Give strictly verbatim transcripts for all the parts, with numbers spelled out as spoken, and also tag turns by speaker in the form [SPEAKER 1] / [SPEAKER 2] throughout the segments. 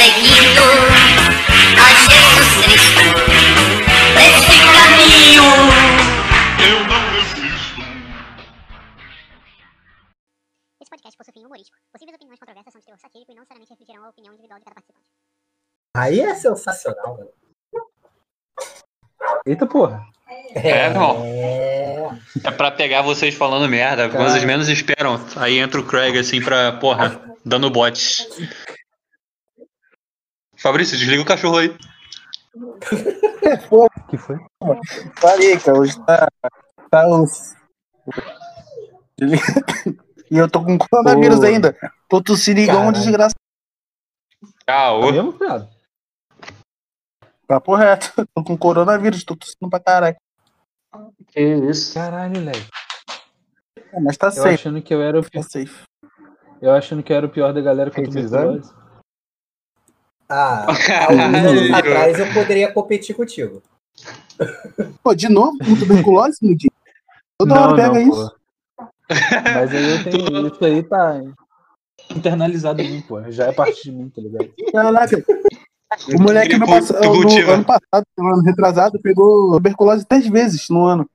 [SPEAKER 1] seguindo a Jesus Cristo nesse caminho. Eu não resisto.
[SPEAKER 2] Esse podcast possui fim humorístico. Possíveis opiniões controversas são de teor satírico e não necessariamente refletirão a opinião individual de cada participante.
[SPEAKER 3] Aí é sensacional, mano.
[SPEAKER 4] Eita porra.
[SPEAKER 5] É, irmão.
[SPEAKER 3] É...
[SPEAKER 5] É pra pegar vocês falando merda, quando vocês menos esperam. Aí entra o Craig assim pra, porra, dando bote. Fabrício, desliga o cachorro aí.
[SPEAKER 4] O que foi?
[SPEAKER 6] Falei, cara, hoje tá. Tá os. E eu tô com coronavírus
[SPEAKER 4] Pô.
[SPEAKER 6] ainda. Tô tossindo igual um
[SPEAKER 3] Caralho.
[SPEAKER 6] desgraçado.
[SPEAKER 5] Ah,
[SPEAKER 4] Tá
[SPEAKER 5] ô.
[SPEAKER 4] mesmo, cara?
[SPEAKER 6] Papo reto. Tô com coronavírus, tô tossindo pra caralho.
[SPEAKER 5] Que isso?
[SPEAKER 4] Caralho, Léo.
[SPEAKER 6] É, mas tá
[SPEAKER 4] Eu
[SPEAKER 6] safe,
[SPEAKER 4] achando que eu era o
[SPEAKER 6] tá
[SPEAKER 4] pior.
[SPEAKER 6] safe.
[SPEAKER 4] Eu achando que eu era o pior da galera com
[SPEAKER 7] Fez exame?
[SPEAKER 4] tuberculose.
[SPEAKER 3] Ah, há alguns anos atrás eu poderia competir contigo.
[SPEAKER 6] Pô, de novo, com tuberculose, Mudinho? Toda
[SPEAKER 4] Não,
[SPEAKER 6] hora pega
[SPEAKER 4] não,
[SPEAKER 6] isso.
[SPEAKER 4] Mas aí eu tenho. Isso aí tá internalizado em mim, pô. Já é parte de mim, tá ligado?
[SPEAKER 6] Caraca. O moleque no,
[SPEAKER 5] Tu
[SPEAKER 6] pass... no
[SPEAKER 5] cultiva.
[SPEAKER 6] ano passado, no ano retrasado, pegou tuberculose dez vezes no ano.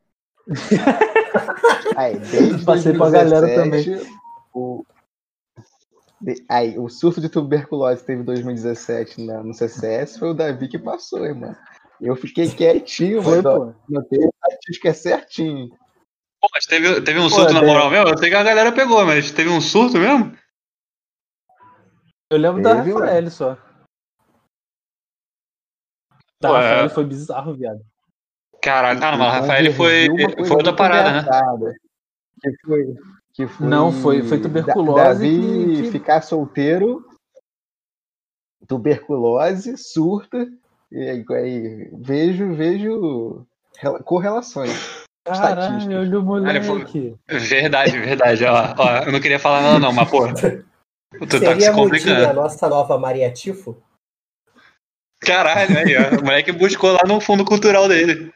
[SPEAKER 7] Aí, desde
[SPEAKER 4] Passei pra galera também.
[SPEAKER 7] O... de- Aí, o surto de tuberculose que teve em dois mil e dezessete na... no C C S foi o Davi que passou, irmão. Eu fiquei quietinho,
[SPEAKER 4] Foi,
[SPEAKER 7] mas ó,
[SPEAKER 4] pô.
[SPEAKER 7] notei a estatística certinho.
[SPEAKER 5] Pô, mas teve, teve um
[SPEAKER 4] Pô,
[SPEAKER 5] surto na
[SPEAKER 4] Dé.
[SPEAKER 5] moral mesmo? Eu sei que a galera pegou, mas teve um surto mesmo?
[SPEAKER 4] Eu lembro da
[SPEAKER 7] Teve,
[SPEAKER 4] Rafael só. Da
[SPEAKER 5] Pô, é.
[SPEAKER 4] Rafael foi bizarro, viado.
[SPEAKER 5] Caralho. Ah, não, mas o
[SPEAKER 7] E
[SPEAKER 5] Rafael foi,
[SPEAKER 7] convergiu uma coisa
[SPEAKER 5] foi outra
[SPEAKER 7] muito
[SPEAKER 5] parada, né?
[SPEAKER 7] engraçada, Que foi, que foi.
[SPEAKER 4] Não, foi- foi tuberculose
[SPEAKER 7] Da- Davi
[SPEAKER 4] que- que-
[SPEAKER 7] ficar solteiro, tuberculose, surta, e aí, aí vejo, vejo rela- correlações.
[SPEAKER 4] Caralho,
[SPEAKER 7] Estatísticas.
[SPEAKER 4] olha o
[SPEAKER 5] Olha, foi-
[SPEAKER 4] moleque.
[SPEAKER 5] Verdade, verdade. Ó, ó, eu não queria falar nada não, mas pô, tu tá se
[SPEAKER 3] Seria Mudinho a
[SPEAKER 5] complicando.
[SPEAKER 3] nossa nova Maria Tifo?
[SPEAKER 5] Caralho, aí, ó. O moleque buscou lá no fundo cultural dele.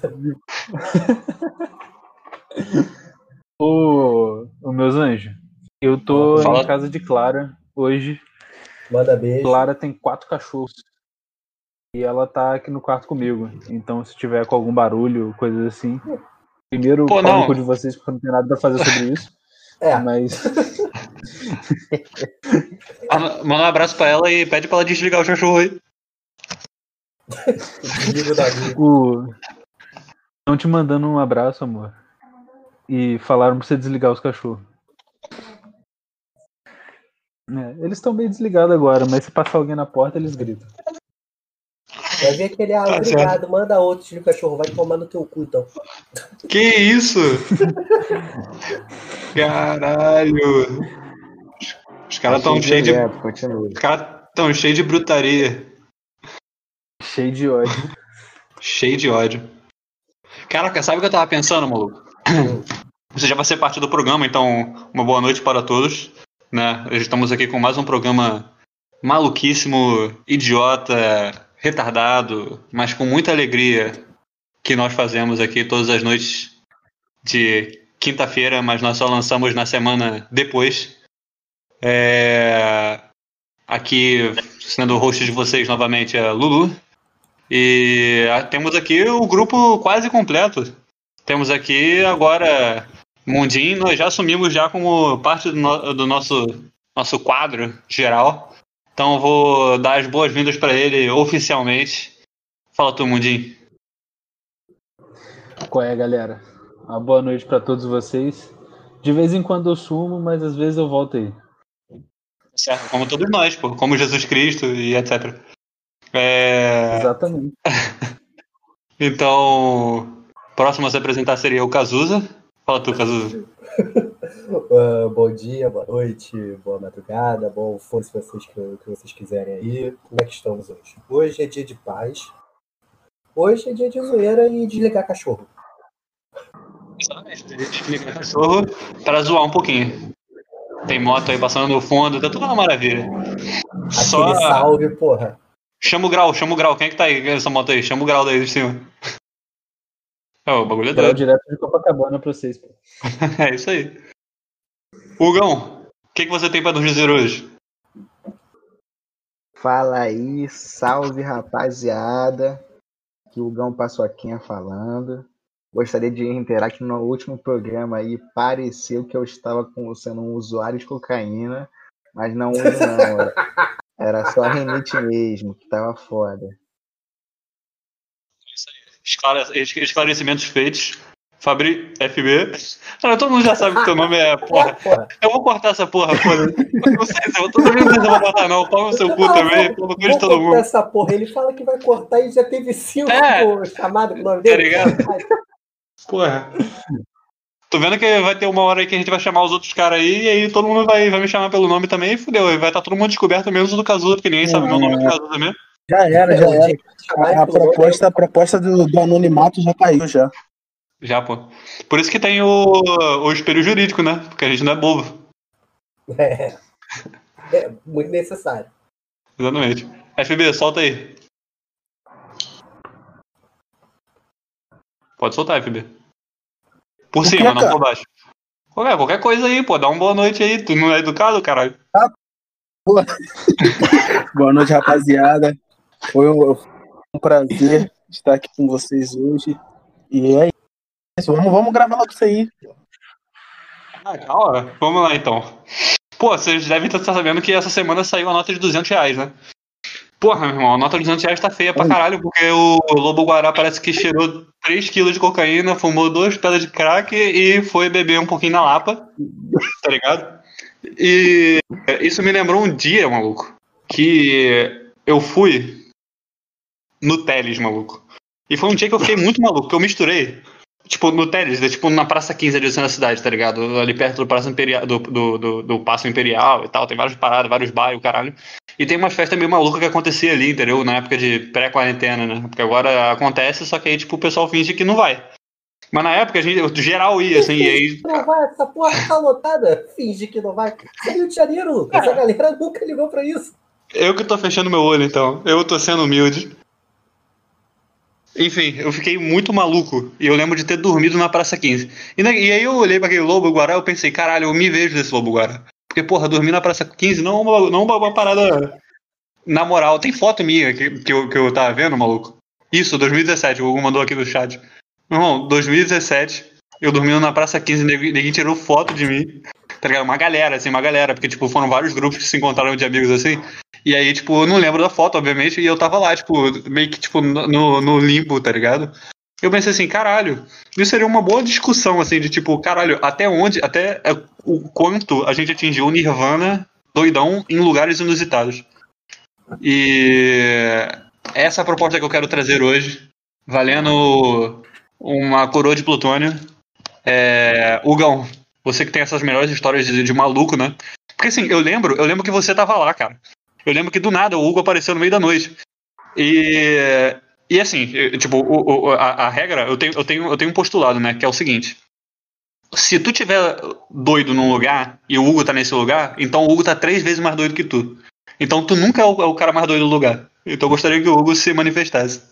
[SPEAKER 4] Ô, ô, meus anjos, eu tô
[SPEAKER 5] Fala.
[SPEAKER 4] em casa de Clara hoje.
[SPEAKER 3] Manda beijo.
[SPEAKER 4] Clara tem quatro cachorros. E ela tá aqui no quarto comigo. Então, se tiver com algum barulho, coisas assim. Primeiro,
[SPEAKER 5] Pô,
[SPEAKER 4] pau
[SPEAKER 5] não.
[SPEAKER 4] no cu de vocês, porque eu não tenho nada pra fazer sobre isso.
[SPEAKER 3] É,
[SPEAKER 4] Mas.
[SPEAKER 5] Manda manda um abraço pra ela e pede pra ela desligar o cachorro aí.
[SPEAKER 3] desliga o Davi.
[SPEAKER 4] O... Estão te mandando um abraço, amor. E falaram pra você desligar os cachorros. É, eles estão bem desligados agora, mas se passar alguém na porta, eles gritam.
[SPEAKER 3] Vai ver aquele, ah, obrigado, manda outro, desliga o cachorro, vai tomar no teu cu, então.
[SPEAKER 5] Que isso? Caralho. Os caras tão cheios de.
[SPEAKER 7] Violento, continua.
[SPEAKER 5] Os caras tão cheios de brutaria.
[SPEAKER 4] Cheio de ódio.
[SPEAKER 5] Cheio de ódio. Caraca, sabe o que eu tava pensando, maluco? Você já vai ser parte do programa, então uma boa noite para todos. Né? Estamos aqui com mais um programa maluquíssimo, idiota, retardado, mas com muita alegria que nós fazemos aqui todas as noites de quinta-feira, mas nós só lançamos na semana depois. É... Aqui, sendo o host de vocês novamente, é Lulu. E ah, temos aqui o grupo quase completo. Temos aqui agora Mundinho, nós já assumimos já como parte do, no- do nosso, nosso quadro geral. Então eu vou dar as boas-vindas para ele oficialmente. Fala tu, Mundinho.
[SPEAKER 4] Qual é, galera? Uma boa noite pra todos vocês. De vez em quando eu sumo, mas às vezes eu volto aí.
[SPEAKER 5] Certo, como todos nós, pô, como Jesus Cristo e etcétera. É...
[SPEAKER 4] Exatamente.
[SPEAKER 5] Então, próximo a se apresentar seria o Cazuza. Fala tu, Cazuza.
[SPEAKER 3] Ah, bom dia, boa noite, boa madrugada, bom fosse vocês que, que vocês quiserem aí. Como é que estamos hoje? Hoje é dia de paz. Hoje é dia de zoeira e desligar cachorro.
[SPEAKER 5] Exatamente, a gente liga o cachorro para zoar um pouquinho. Tem moto aí passando no fundo, tá tudo uma maravilha. Só
[SPEAKER 3] Aquele salve, porra.
[SPEAKER 5] chama o grau, chama o grau. Quem é que tá aí com essa moto aí? Chama o grau daí de cima. É, o bagulho é
[SPEAKER 4] Grau
[SPEAKER 5] doido.
[SPEAKER 4] direto de Copacabana pra vocês, pô.
[SPEAKER 5] É isso aí. Hugão, o que, que você tem pra nos dizer hoje?
[SPEAKER 7] Fala aí, salve rapaziada. Que o Gão Paçoquinha falando. Gostaria de reiterar que no último programa aí pareceu que eu estava com, sendo um usuário de cocaína, mas não uso não, era, era só renite mesmo, que tava foda.
[SPEAKER 5] Esclare- es- Esclarecimentos feitos. Fabri F B. Cara, todo mundo já sabe que teu nome é. Porra.
[SPEAKER 3] Porra.
[SPEAKER 5] Eu vou cortar essa porra, foda-se. Não sei se eu tô dormindo, mas eu vou cortar, não. Pau no seu cu
[SPEAKER 3] Ah,
[SPEAKER 5] também.
[SPEAKER 3] vou,
[SPEAKER 5] Pau no cu
[SPEAKER 3] vou
[SPEAKER 5] de todo
[SPEAKER 3] cortar
[SPEAKER 5] mundo.
[SPEAKER 3] essa porra. Ele fala que vai cortar e já teve cinco
[SPEAKER 5] É.
[SPEAKER 3] chamadas com o nome
[SPEAKER 5] Tá
[SPEAKER 3] dele.
[SPEAKER 5] ligado?
[SPEAKER 3] Ai,
[SPEAKER 5] Porra. Tô vendo que vai ter uma hora aí que a gente vai chamar os outros caras aí, e aí todo mundo vai, vai me chamar pelo nome também, e fudeu. Aí vai estar todo mundo descoberto, menos o do Cazuza, porque ninguém sabe o meu nome do Cazuza mesmo.
[SPEAKER 6] Já era, já
[SPEAKER 3] o
[SPEAKER 6] era.
[SPEAKER 3] dia que chamarem
[SPEAKER 6] A, a
[SPEAKER 3] pelo nome,
[SPEAKER 6] proposta, a proposta do, do anonimato já caiu já.
[SPEAKER 5] Já, pô. Por isso que tem o, o espelho jurídico, né? Porque a gente não é bobo.
[SPEAKER 3] É, é muito necessário.
[SPEAKER 5] Exatamente. F B, solta aí. Pode soltar, F B. Por
[SPEAKER 6] O
[SPEAKER 5] cima,
[SPEAKER 6] que,
[SPEAKER 5] não
[SPEAKER 6] cara?
[SPEAKER 5] por baixo. Qualquer, qualquer coisa aí, pô. Dá uma boa noite aí. Tu não é educado, caralho?
[SPEAKER 6] Boa noite, rapaziada. Foi um, um prazer estar aqui com vocês hoje. E é isso. Vamos, vamos gravar logo isso aí.
[SPEAKER 5] Ah, da hora. Vamos lá, então. Pô, vocês devem estar sabendo que essa semana saiu a nota de duzentos reais, né? Porra, meu irmão, a nota de duzentos reais tá feia pra caralho, porque o Lobo Guará parece que cheirou três quilos de cocaína, fumou duas pedras de crack e foi beber um pouquinho na Lapa, tá ligado? E isso me lembrou um dia, maluco, que eu fui no Teles, maluco. E foi um dia que eu fiquei muito maluco, que eu misturei. Tipo, no Teles, tipo, na Praça quinze ali na cidade, tá ligado? Ali perto do Praça Imperial, do, do, do, do Paço Imperial e tal. Tem várias paradas, vários bairros, caralho. E tem umas festas meio malucas que acontecia ali, entendeu? Na época de pré-quarentena, né? Porque agora acontece, só que aí, tipo, o pessoal finge que não vai. Mas na época, a gente, geral ia, assim, e aí...
[SPEAKER 3] Não vai, essa porra tá lotada. Finge que não vai. Isso é Rio de Janeiro, Lucas. A galera nunca ligou pra isso.
[SPEAKER 5] Eu que tô fechando meu olho, então. Eu tô sendo humilde. Enfim, eu fiquei muito maluco. E eu lembro de ter dormido na Praça quinze. E, na- e aí eu olhei pra aquele Lobo Guará e eu pensei, caralho, eu me vejo desse Lobo Guará. Porque, porra, dormir na Praça quinze não é uma, não é uma parada... Na moral, tem foto minha que, que, eu, que eu tava vendo, maluco? Isso, dois mil e dezessete, o Google mandou aqui no chat. Meu irmão, dois mil e dezessete, eu dormindo na Praça quinze, ninguém, ninguém tirou foto de mim. Tá ligado? Uma galera, assim, uma galera. Porque, tipo, foram vários grupos que se encontraram de amigos, assim. E aí, tipo, eu não lembro da foto, obviamente, e eu tava lá, tipo, meio que, tipo, no, no limbo, tá ligado? Eu pensei assim, caralho, isso seria uma boa discussão, assim, de tipo, caralho, até onde, até é, o quanto a gente atingiu o Nirvana doidão em lugares inusitados. E essa é a proposta que eu quero trazer hoje, valendo uma coroa de plutônio. É, Hugão, você que tem essas melhores histórias de, de maluco, né? Porque assim, eu lembro, eu lembro que você tava lá, cara. Eu lembro que do nada o Hugo apareceu no meio da noite. E, e assim, eu, tipo, o, o, a, a regra, eu tenho, eu, tenho, eu tenho um postulado, né? Que é o seguinte. Se tu tiver doido num lugar e o Hugo tá nesse lugar, então o Hugo tá três vezes mais doido que tu. Então tu nunca é o, é o cara mais doido do lugar. Então eu gostaria que o Hugo se manifestasse.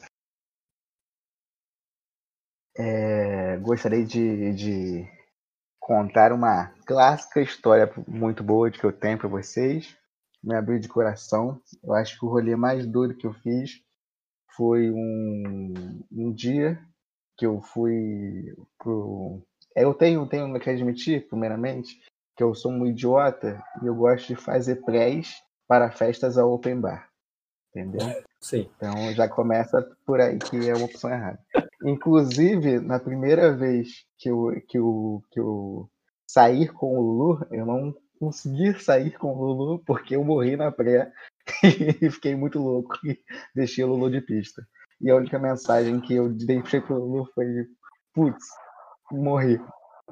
[SPEAKER 7] É, gostaria de, de contar uma clássica história muito boa que eu tenho para vocês. Me abrir de coração. Eu acho que o rolê mais doido que eu fiz foi um, um dia que eu fui pro... Eu tenho, tenho que admitir, primeiramente, que eu sou um idiota e eu gosto de fazer prés para festas ao open bar. Entendeu?
[SPEAKER 3] Sim.
[SPEAKER 7] Então já começa por aí que é uma opção errada. Inclusive, na primeira vez que eu, que eu, que eu sair com o Lulu, eu não consegui sair com o Lulu porque eu morri na pré e fiquei muito louco e deixei o Lulu de pista. E a única mensagem que eu deixei pro Lulu foi: putz, morri.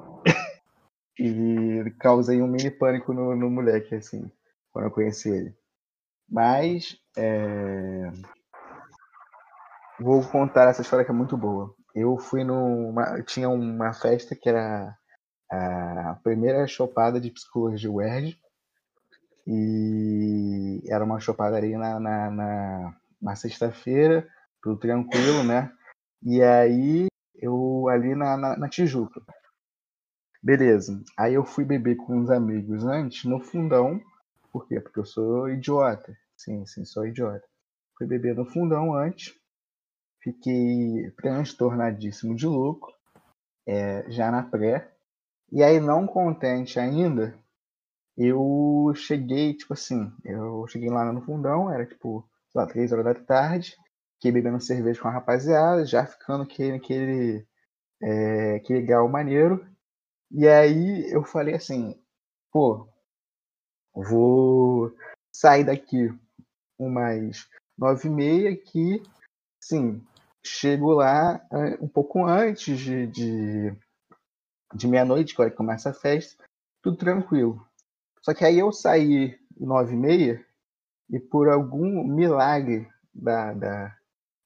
[SPEAKER 7] E causei um mini pânico no, no moleque, assim, quando eu conheci ele. Mas é... vou contar essa história que é muito boa. Eu fui numa. Tinha uma festa que era a primeira chopada de psicologia U E R J. E era uma chopada ali na, na, na, na sexta-feira, tudo tranquilo, né? E aí eu ali na, na, na Tijuca. Beleza. Aí eu fui beber com uns amigos antes no fundão. Por quê? Porque eu sou idiota. Sim, sim, sou idiota. Fui beber no fundão antes. Fiquei transtornadíssimo de louco. É, já na pré. E aí, não contente ainda, eu cheguei, tipo assim, eu cheguei lá no fundão, era tipo, sei lá, três horas da tarde. Fiquei bebendo cerveja com a rapaziada, já ficando aquele, aquele, é, aquele grau maneiro. E aí eu falei assim, pô, vou sair daqui umas nove e meia que, sim, chego lá é, um pouco antes de, de, de meia-noite, que é hora que começa a festa, tudo tranquilo. Só que aí eu saí nove e meia e por algum milagre da, da,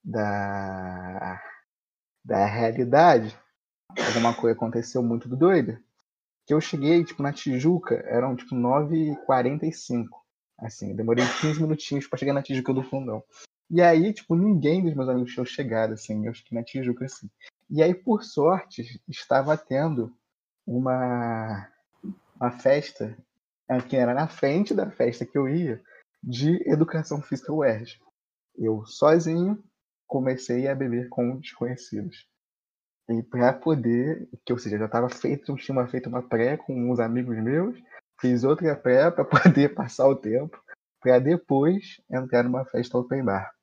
[SPEAKER 7] da, da realidade, alguma coisa aconteceu muito doida, que eu cheguei, tipo, na Tijuca, eram, tipo, nove e quarenta e cinco. Assim, demorei quinze minutinhos pra chegar na Tijuca do Fundão. E aí, tipo, ninguém dos meus amigos tinha chegado, assim, eu fiquei na Tijuca, assim. E aí, por sorte, estava tendo uma, uma festa, que era na frente da festa que eu ia, de Educação Física U E R J. Eu, sozinho, comecei a beber com desconhecidos. E para poder, que ou seja, já estava feito, eu tinha feito uma pré com uns amigos meus, fiz outra pré para poder passar o tempo, para depois entrar numa festa open bar.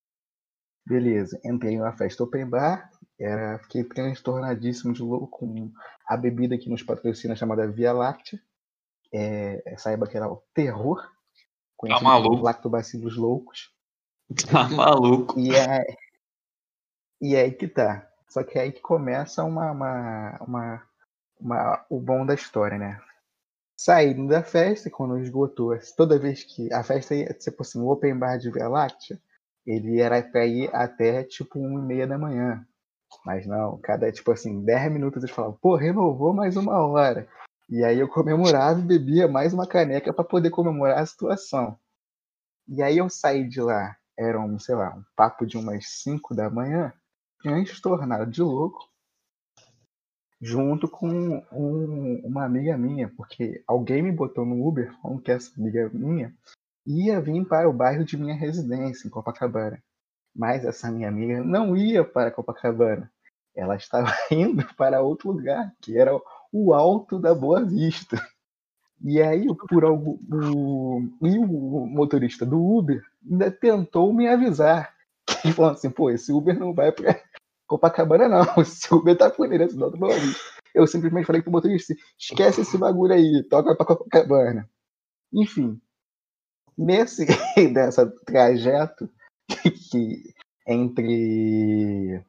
[SPEAKER 7] Beleza, entrei numa festa open bar, era, fiquei transtornadíssimo de louco com a bebida que nos patrocina chamada Via Láctea. É, saiba que era o terror,
[SPEAKER 5] Tá
[SPEAKER 7] conhecido
[SPEAKER 5] maluco.
[SPEAKER 7] como lactobacilos loucos.
[SPEAKER 5] Tá maluco.
[SPEAKER 7] E é, e é aí que tá. Só que é aí que começa uma, uma, uma, uma, o bom da história, né? Saindo da festa, quando esgotou, toda vez que a festa ia, tipo assim, o open bar de Via Láctea, ele era pra ir até tipo uma e meia da manhã. Mas não, cada tipo assim, dez minutos eles falavam, pô, renovou mais uma hora. E aí eu comemorava e bebia mais uma caneca para poder comemorar a situação. E aí eu saí de lá, era um, sei lá, um papo de umas cinco da manhã, transtornado de louco, junto com um, uma amiga minha, porque alguém me botou no Uber falando que essa amiga minha ia vir para o bairro de minha residência, em Copacabana. Mas essa minha amiga não ia para Copacabana. Ela estava indo para outro lugar, que era o Alto da Boa Vista. E aí, por algum, o, e o motorista do Uber ainda tentou me avisar. Ele falou assim, pô, esse Uber não vai para Copacabana, não. Esse Uber tá por ele, esse do Boa Vista. Eu simplesmente falei pro motorista, esquece esse bagulho aí, toca pra Copacabana. Enfim, nesse dessa trajeto que entre,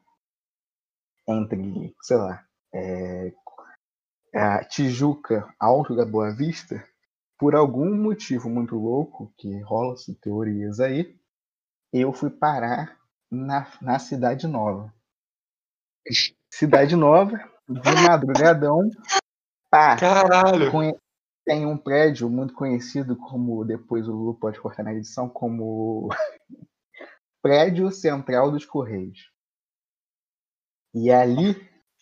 [SPEAKER 7] entre, sei lá, é, a Tijuca, Alto da Boa Vista, por algum motivo muito louco, que rola-se teorias aí, eu fui parar na, na Cidade Nova. Cidade Nova, de madrugadão, pá,
[SPEAKER 5] Caralho.
[SPEAKER 7] conhe- tem um prédio muito conhecido como, depois o Lu pode cortar na edição, como Prédio Central dos Correios. E ali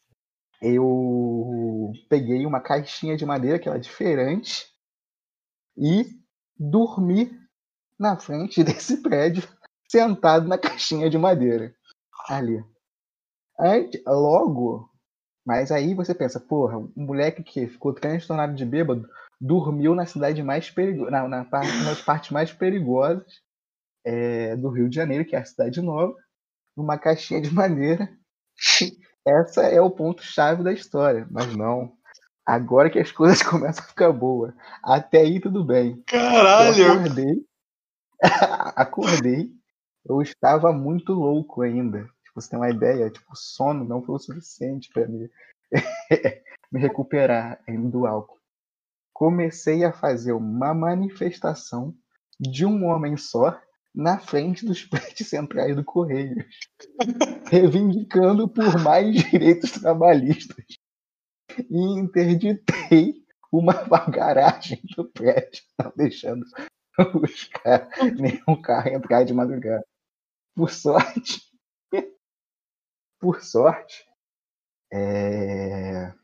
[SPEAKER 7] eu peguei uma caixinha de madeira que era diferente e dormi na frente desse prédio, sentado na caixinha de madeira. Ali. Antes, logo, mas aí você pensa, porra, um moleque que ficou transtornado de bêbado dormiu na cidade mais perigosa, na, na parte, uma das partes mais perigosas é, do Rio de Janeiro, que é a Cidade Nova, numa caixinha de madeira. Essa é o ponto-chave da história, mas não. Agora que as coisas começam a ficar boas. Até aí tudo bem. Eu
[SPEAKER 5] Caralho.
[SPEAKER 7] acordei, acordei, eu estava muito louco ainda. Tipo, você tem uma ideia, tipo, o sono não foi o suficiente para me, me recuperar ainda do álcool. Comecei a fazer uma manifestação de um homem só na frente dos prédios centrais do Correio, reivindicando por mais direitos trabalhistas. E interditei uma garagem do prédio, não deixando os caras, nenhum carro entrar de madrugada. Por sorte, por sorte, é,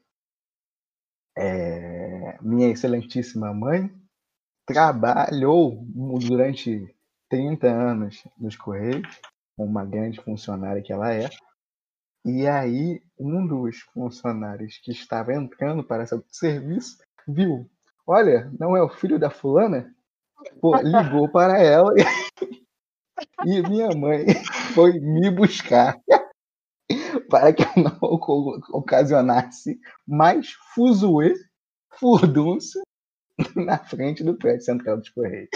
[SPEAKER 7] é, minha excelentíssima mãe trabalhou durante trinta anos nos Correios, uma grande funcionária que ela é. E aí, um dos funcionários que estava entrando para esse serviço viu: olha, não é o filho da fulana? Pô, ligou para ela e minha mãe foi me buscar para que eu não ocasionasse mais fuzuê, furdúncio na frente do prédio central dos Correios.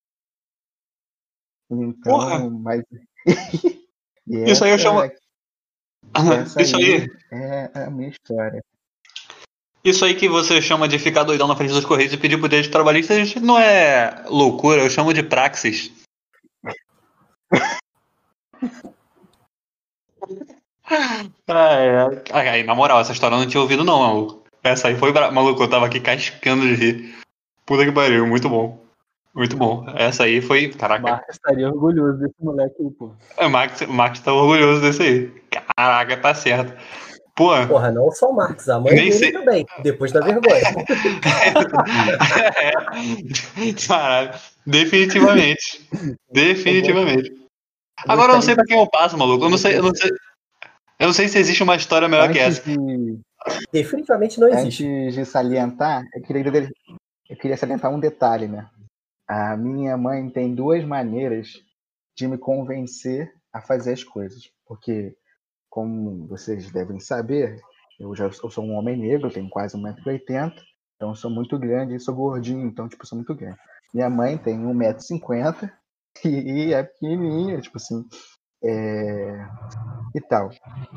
[SPEAKER 7] Então,
[SPEAKER 5] Porra.
[SPEAKER 7] mas... e
[SPEAKER 5] Isso aí eu
[SPEAKER 7] essa-
[SPEAKER 5] chamo.
[SPEAKER 7] essa
[SPEAKER 5] Isso aí.
[SPEAKER 7] é a minha história.
[SPEAKER 5] Isso aí que você chama de ficar doidão na frente dos Correios e pedir pro direito trabalhista, isso não é loucura, eu chamo de praxis. Ai, ai. Ai, ai, na moral, essa história eu não tinha ouvido não, maluco. Essa aí foi bra... maluco, eu tava aqui cascando de rir. Puta que pariu, muito bom. Muito bom. Essa aí foi.
[SPEAKER 4] O
[SPEAKER 5] Caraca,
[SPEAKER 4] Marcos estaria orgulhoso desse moleque aí, pô.
[SPEAKER 5] o Max, o Max tá orgulhoso desse aí. Caraca, tá certo. Pô,
[SPEAKER 3] Porra, não só o Marcos, a mãe
[SPEAKER 5] Nem
[SPEAKER 3] dele
[SPEAKER 5] sei.
[SPEAKER 3] também, depois da vergonha.
[SPEAKER 5] é. Caralho, definitivamente. Definitivamente. Agora eu não sei pra quem eu passo, maluco. Eu não sei, eu não sei. Eu não sei se existe uma história melhor que
[SPEAKER 7] Antes
[SPEAKER 5] essa.
[SPEAKER 7] de,
[SPEAKER 3] Definitivamente não existe.
[SPEAKER 7] antes de salientar, eu queria, eu queria salientar um detalhe, né? A minha mãe tem duas maneiras de me convencer a fazer as coisas. Porque, como vocês devem saber, eu já eu sou um homem negro, tenho quase um metro e oitenta, então eu sou muito grande e sou gordinho, então, tipo, sou muito grande. Minha mãe tem um metro e cinquenta e é pequenininha, tipo assim, é... e tal.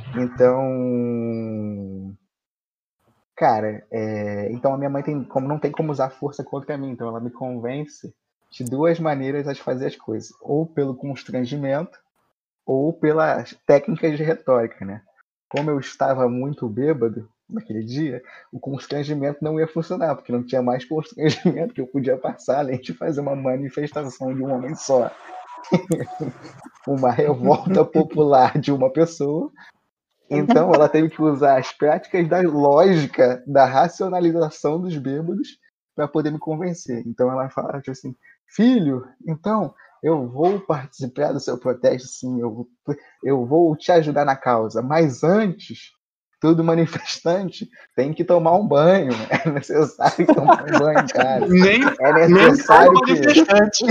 [SPEAKER 7] Então, cara, é, então a minha mãe tem, como não tem como usar força contra mim, então ela me convence de duas maneiras de fazer as coisas, ou pelo constrangimento, ou pelas técnicas de retórica, né? Como eu estava muito bêbado naquele dia, o constrangimento não ia funcionar, porque não tinha mais constrangimento que eu podia passar, além de fazer uma manifestação de um homem só. Uma revolta popular de uma pessoa. Então ela teve que usar as práticas da lógica, da racionalização dos bêbados para poder me convencer. Então ela fala tipo assim: filho, então eu vou participar do seu protesto, sim, eu, eu vou te ajudar na causa, mas antes, todo manifestante tem que tomar um banho. É necessário tomar um banho, cara.
[SPEAKER 5] Nem,
[SPEAKER 7] É
[SPEAKER 5] nem
[SPEAKER 7] necessário
[SPEAKER 5] todo
[SPEAKER 7] que
[SPEAKER 5] manifestante.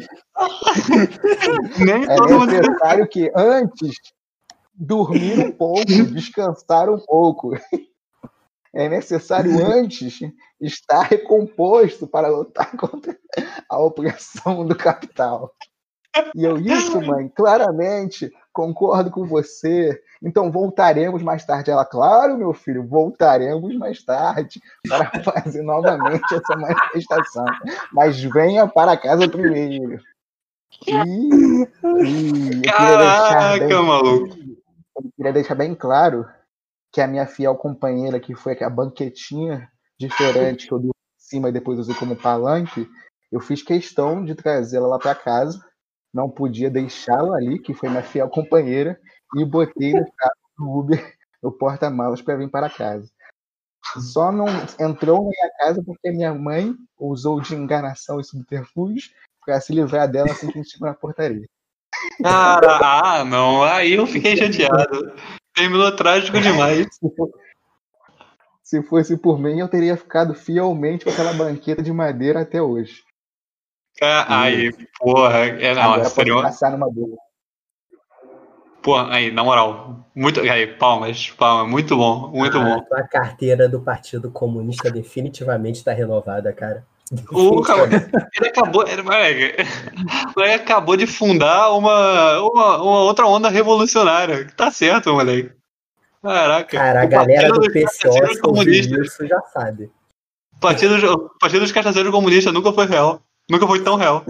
[SPEAKER 5] Nem
[SPEAKER 7] É
[SPEAKER 5] todo manifestante.
[SPEAKER 7] necessário que antes dormir um pouco, descansar um pouco. É necessário antes estar recomposto para lutar contra a opressão do capital. E eu, isso, mãe, claramente concordo com você. Então voltaremos mais tarde. Ela, claro, meu filho, voltaremos mais tarde para fazer novamente essa manifestação. Mas venha para casa primeiro. E, e eu queria deixar bem,
[SPEAKER 5] Caraca, maluco.
[SPEAKER 7] eu queria deixar bem claro que a minha fiel companheira, que foi a banquetinha diferente que eu dei em cima e depois usei como palanque, eu fiz questão de trazê-la lá para casa. Não podia deixá-la ali, que foi minha fiel companheira, e botei no carro do Uber, no porta-malas, para vir para casa. Só não entrou na minha casa porque minha mãe usou de enganação e subterfúgio para se livrar dela assim que a gente chegou na portaria.
[SPEAKER 5] Cara, ah, não. Aí eu fiquei chateado. Terminou trágico demais.
[SPEAKER 7] Se, for, se fosse por mim, eu teria ficado fielmente com aquela banqueta de madeira até hoje.
[SPEAKER 5] Aí, porra. É, não,
[SPEAKER 7] Agora
[SPEAKER 5] seria
[SPEAKER 7] pode
[SPEAKER 5] uma...
[SPEAKER 7] passar numa boa.
[SPEAKER 5] Porra, aí, na moral. Muito. Aí, palmas, palmas. Muito bom, muito
[SPEAKER 3] Ah,
[SPEAKER 5] bom.
[SPEAKER 3] tua carteira do Partido Comunista definitivamente está renovada, cara.
[SPEAKER 5] O, ele acabou. Ele, moleque, ele acabou de fundar uma, uma, uma outra onda revolucionária. Tá certo, moleque. Caraca.
[SPEAKER 3] Cara, a
[SPEAKER 5] O
[SPEAKER 3] galera
[SPEAKER 5] Partido
[SPEAKER 3] do
[SPEAKER 5] dos
[SPEAKER 3] P C O,
[SPEAKER 5] Castaceiros
[SPEAKER 3] se ouvir
[SPEAKER 5] Comunistas.
[SPEAKER 3] isso, já sabe.
[SPEAKER 5] O Partido, o Partido dos Castaceiros Comunistas nunca foi real. Nunca foi tão real.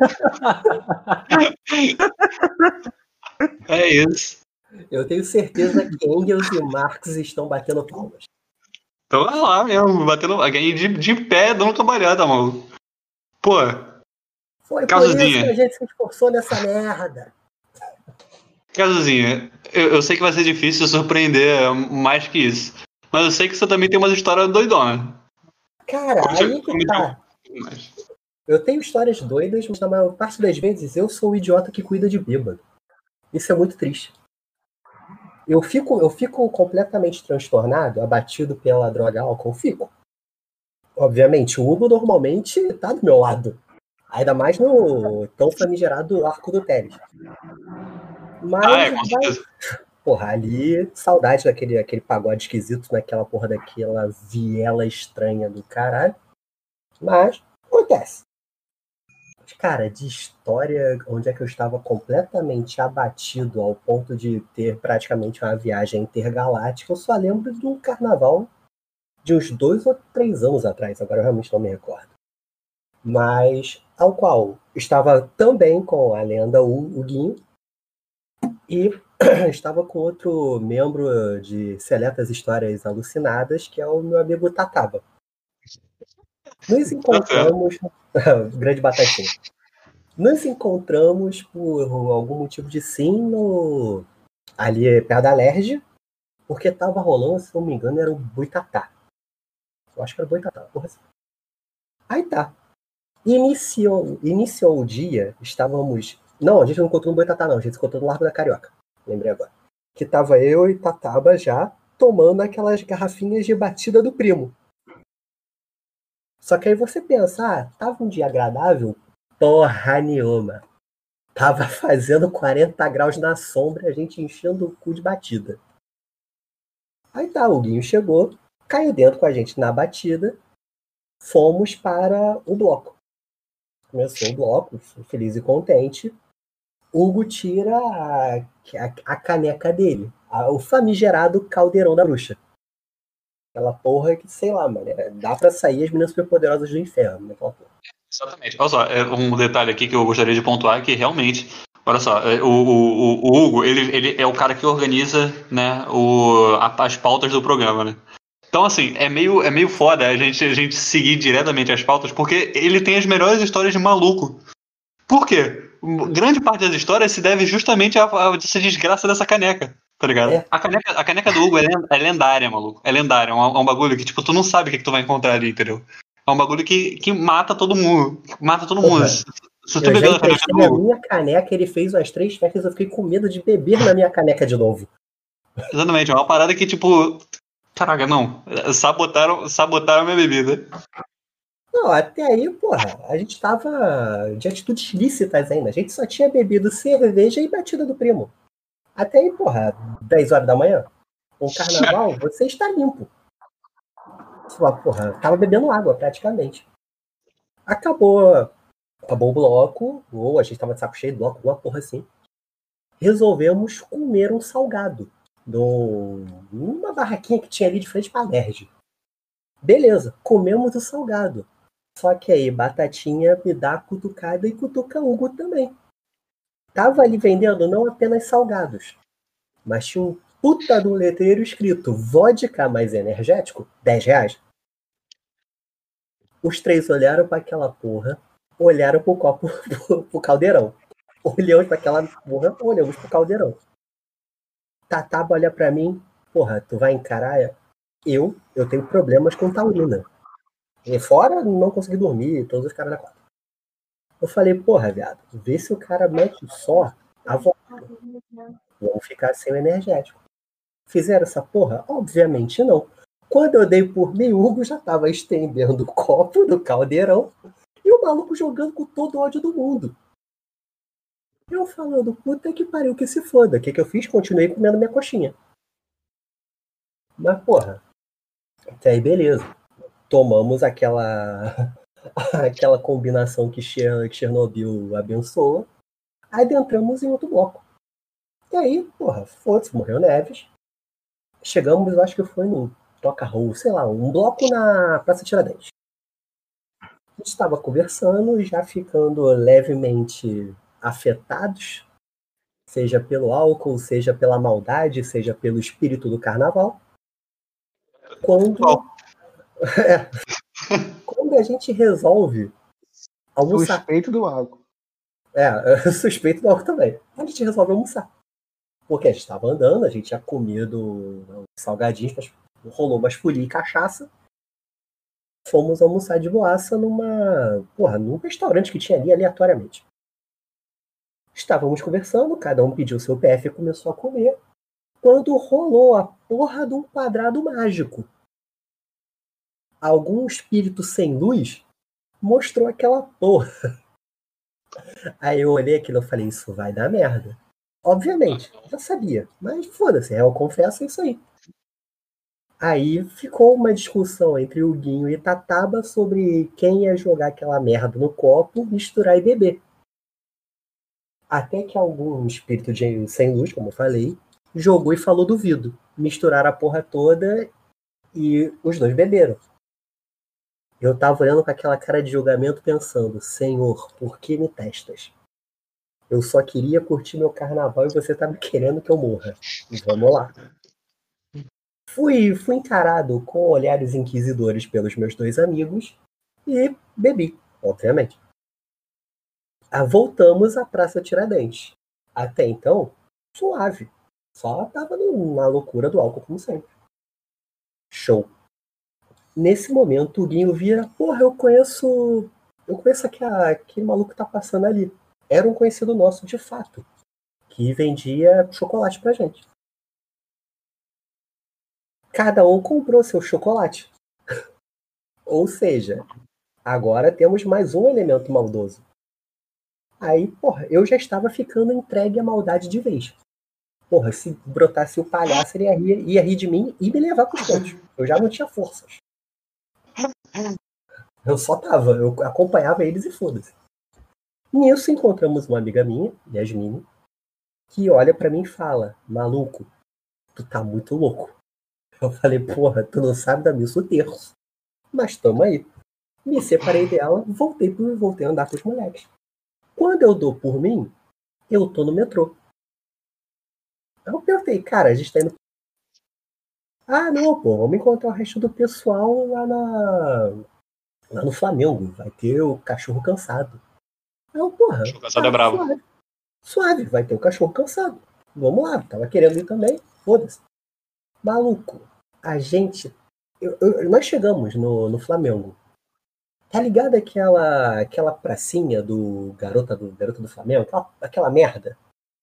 [SPEAKER 5] É isso.
[SPEAKER 3] Eu tenho certeza que Engels e Marx estão batendo palmas.
[SPEAKER 5] Então é lá mesmo, batendo de, de pé, dando cambalhota, maluco. Pô,
[SPEAKER 3] Foi por
[SPEAKER 5] Casuzinha.
[SPEAKER 3] isso que a gente se esforçou nessa merda.
[SPEAKER 5] Casuzinha, eu, eu sei que vai ser difícil surpreender mais que isso. Mas eu sei que você também tem umas histórias doidonas.
[SPEAKER 3] Cara,
[SPEAKER 5] Como você-
[SPEAKER 3] aí que
[SPEAKER 5] como
[SPEAKER 3] tá.
[SPEAKER 5] Mas-
[SPEAKER 3] Eu tenho histórias doidas, mas na maior parte das vezes eu sou o idiota que cuida de bêbado. Isso é muito triste. Eu fico, eu fico completamente transtornado, abatido pela droga álcool. Fico. Obviamente, o Hugo normalmente tá do meu lado. Ainda mais no tão famigerado Arco do Teles. Mas,
[SPEAKER 5] Ah, é, com
[SPEAKER 3] vai-
[SPEAKER 5] certeza.
[SPEAKER 3] porra, ali, saudade daquele aquele pagode esquisito, naquela porra daquela viela estranha do caralho. Mas, acontece. Mas, cara, de história, onde é que eu estava completamente abatido ao ponto de ter praticamente uma viagem intergaláctica, eu só lembro de um carnaval de uns dois ou três anos atrás, agora eu realmente não me recordo. Mas, ao qual estava também com a lenda Hu- Huguinho e estava com outro membro de Seletas Histórias Alucinadas, que é o meu amigo Tataba. Nos encontramos, grande batatinha, nos encontramos por algum motivo de sim no, ali perto da Lerge, porque tava rolando, se não me engano, era o Boitatá. Eu acho que era o Boitatá, porra assim. Aí tá. Iniciou, iniciou o dia, estávamos... Não, a gente não encontrou no Boitatá não, a gente se encontrou no Largo da Carioca. Lembrei agora. Que tava eu e Tataba já tomando aquelas garrafinhas de batida do primo. Só que aí você pensa, ah, tava um dia agradável? Porra nenhuma. Tava fazendo quarenta graus na sombra, a gente enchendo o cu de batida. Aí tá, o Guinho chegou, caiu dentro com a gente na batida, fomos para o bloco. Começou o bloco, feliz e contente. Hugo tira a, a, a caneca dele, a, o famigerado caldeirão da bruxa. Aquela porra que, sei lá, mano, é, dá pra sair as meninas superpoderosas do inferno, né? Aquela porra.
[SPEAKER 5] Exatamente. Olha só, é um detalhe aqui que eu gostaria de pontuar é que realmente, olha só, é, o, o, o Hugo, ele, ele é o cara que organiza, né, o, a- as pautas do programa, né? Então, assim, é meio, é meio foda a gente, a gente seguir diretamente as pautas, porque ele tem as melhores histórias de maluco. Por quê? Grande parte das histórias se deve justamente a, a essa desgraça dessa caneca, tá ligado?
[SPEAKER 3] É.
[SPEAKER 5] A caneca, a caneca do Hugo é, len- é lendária, maluco. É lendária, é um, é um bagulho que, tipo, tu não sabe o que, que tu vai encontrar ali, entendeu? É um bagulho que, que mata todo mundo. Mata todo mundo.
[SPEAKER 3] Porra,
[SPEAKER 5] Se, se tu
[SPEAKER 3] eu já
[SPEAKER 5] beber da caneca do
[SPEAKER 3] emprestei a
[SPEAKER 5] Hugo,
[SPEAKER 3] minha caneca, ele fez umas três festas, eu fiquei com medo de beber na minha caneca de novo.
[SPEAKER 5] exatamente, é uma parada que, tipo. Caraca, não. Sabotaram, sabotaram a minha bebida.
[SPEAKER 3] Não, até aí, porra, a gente tava de atitudes lícitas ainda. A gente só tinha bebido cerveja e batida do primo. Até aí, porra, dez horas da manhã. Com carnaval, você está limpo. Só, porra, tava bebendo água, praticamente. Acabou, acabou o bloco, ou a gente tava de saco cheio do bloco, alguma porra assim. Resolvemos comer um salgado. Num- Numa barraquinha que tinha ali de frente pra Lerge. Beleza, comemos o salgado. Só que aí, Batatinha me dá a cutucada e cutuca Hugo também. Tava ali vendendo não apenas salgados, mas tinha um puta de um letreiro escrito vodka mais energético, dez reais. Os três olharam para aquela porra, olharam pro copo, pro, pro caldeirão. Olhamos para aquela porra, olhamos pro caldeirão. Tataba olha para mim, porra, tu vai encarar? Eu, eu tenho problemas com taurina. E fora não conseguir dormir, todos os caras da conta. Eu falei, porra, viado, vê se o cara mete só a vodka. Vamos ficar sem o energético. Fizeram essa porra? Obviamente não. Quando eu dei por mim, o Hugo já tava estendendo o copo do caldeirão e o maluco jogando com todo o ódio do mundo. Eu falando, puta que pariu, que se foda. O que que eu fiz? Continuei comendo minha coxinha. Mas, porra, até aí beleza. Tomamos aquela aquela combinação que Cher- que Chernobyl abençoa. Adentramos em outro bloco. E aí, porra, foda-se, morreu Neves. Chegamos, eu acho que foi no Toca Roll, sei lá, um bloco na Praça Tiradentes. A gente estava conversando, já ficando levemente afetados, seja pelo álcool, seja pela maldade, seja pelo espírito do carnaval. Quando, é, quando a gente resolve almoçar.
[SPEAKER 7] Suspeito do álcool.
[SPEAKER 3] É, suspeito do álcool também. A gente resolve almoçar. Porque a gente estava andando, a gente tinha comido salgadinhos, mas rolou umas folia e cachaça. fomos almoçar de boaça numa, porra, num restaurante que tinha ali aleatoriamente. Estávamos conversando, cada um pediu seu P F e começou a comer, quando rolou a porra de um quadrado mágico. Algum espírito sem luz mostrou aquela porra. Aí eu olhei aquilo e falei, isso vai dar merda. Obviamente, já sabia, mas foda-se, eu confesso isso aí. Aí ficou uma discussão entre o Guinho e Tataba sobre quem ia jogar aquela merda no copo, misturar e beber. Até que algum espírito de sem luz, como eu falei, jogou e falou duvido. Misturaram a porra toda e os dois beberam. Eu tava olhando com aquela cara de julgamento pensando, Senhor, por que me testas? Eu só queria curtir meu carnaval e você tá me querendo que eu morra. Vamos lá. Fui, fui encarado com olhares inquisidores pelos meus dois amigos e bebi, obviamente. Ah, voltamos à Praça Tiradentes. Até então, suave. Só tava na loucura do álcool, como sempre. Show. Nesse momento, o Guinho vira, porra, eu conheço. Eu conheço aquele, aquele maluco que tá passando ali. Era um conhecido nosso, de fato. Que vendia chocolate pra gente. Cada um comprou seu chocolate. Ou seja, agora temos mais um elemento maldoso. Aí, porra, eu já estava ficando entregue à maldade de vez. Porra, se brotasse o palhaço, ele ia rir, ia rir de mim e me levar pros cantos. Eu já não tinha forças. Eu só tava, eu acompanhava eles e foda-se. Nisso encontramos uma amiga minha, Yasmine, que olha pra mim e fala, maluco, tu tá muito louco. Eu falei, porra, tu não sabe da missa o terço. Mas tamo aí. Me separei dela, voltei, pro, voltei a andar com os moleques. Quando eu dou por mim, eu tô no metrô. Eu perguntei, cara, a gente tá indo... Ah, não, pô, vamos encontrar o resto do pessoal lá, na... lá no Flamengo. Vai ter o cachorro cansado. Eu, porra,
[SPEAKER 5] O cansado é bravo.
[SPEAKER 3] Suave. Suave, vai ter o cachorro cansado. Vamos lá, tava querendo ir também, foda-se. Maluco, a gente... Eu, eu, nós chegamos no, no Flamengo. Tá ligado aquela, aquela pracinha do Garota do, Garota do Flamengo? Aquela, aquela merda?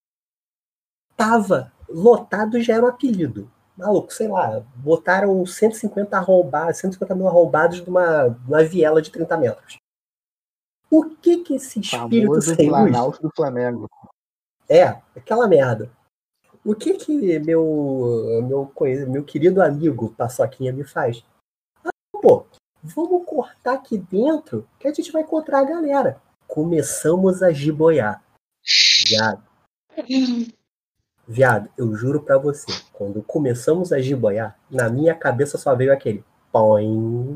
[SPEAKER 3] Tava lotado, já era um apelido. Maluco, sei lá, botaram cento e cinquenta arrombados, cento e cinquenta mil arrombados numa, numa viela de trinta metros. Por que que esse espírito
[SPEAKER 7] Famoso
[SPEAKER 3] sem luz...
[SPEAKER 7] Planalto do Flamengo.
[SPEAKER 3] É, aquela merda. O que que meu, meu, meu querido amigo Paçoquinha me faz? Ah, pô, vamos cortar aqui dentro que a gente vai encontrar a galera. Começamos a giboiar. Viado. Viado, eu juro pra você, quando começamos a giboiar, na minha cabeça só veio aquele põe.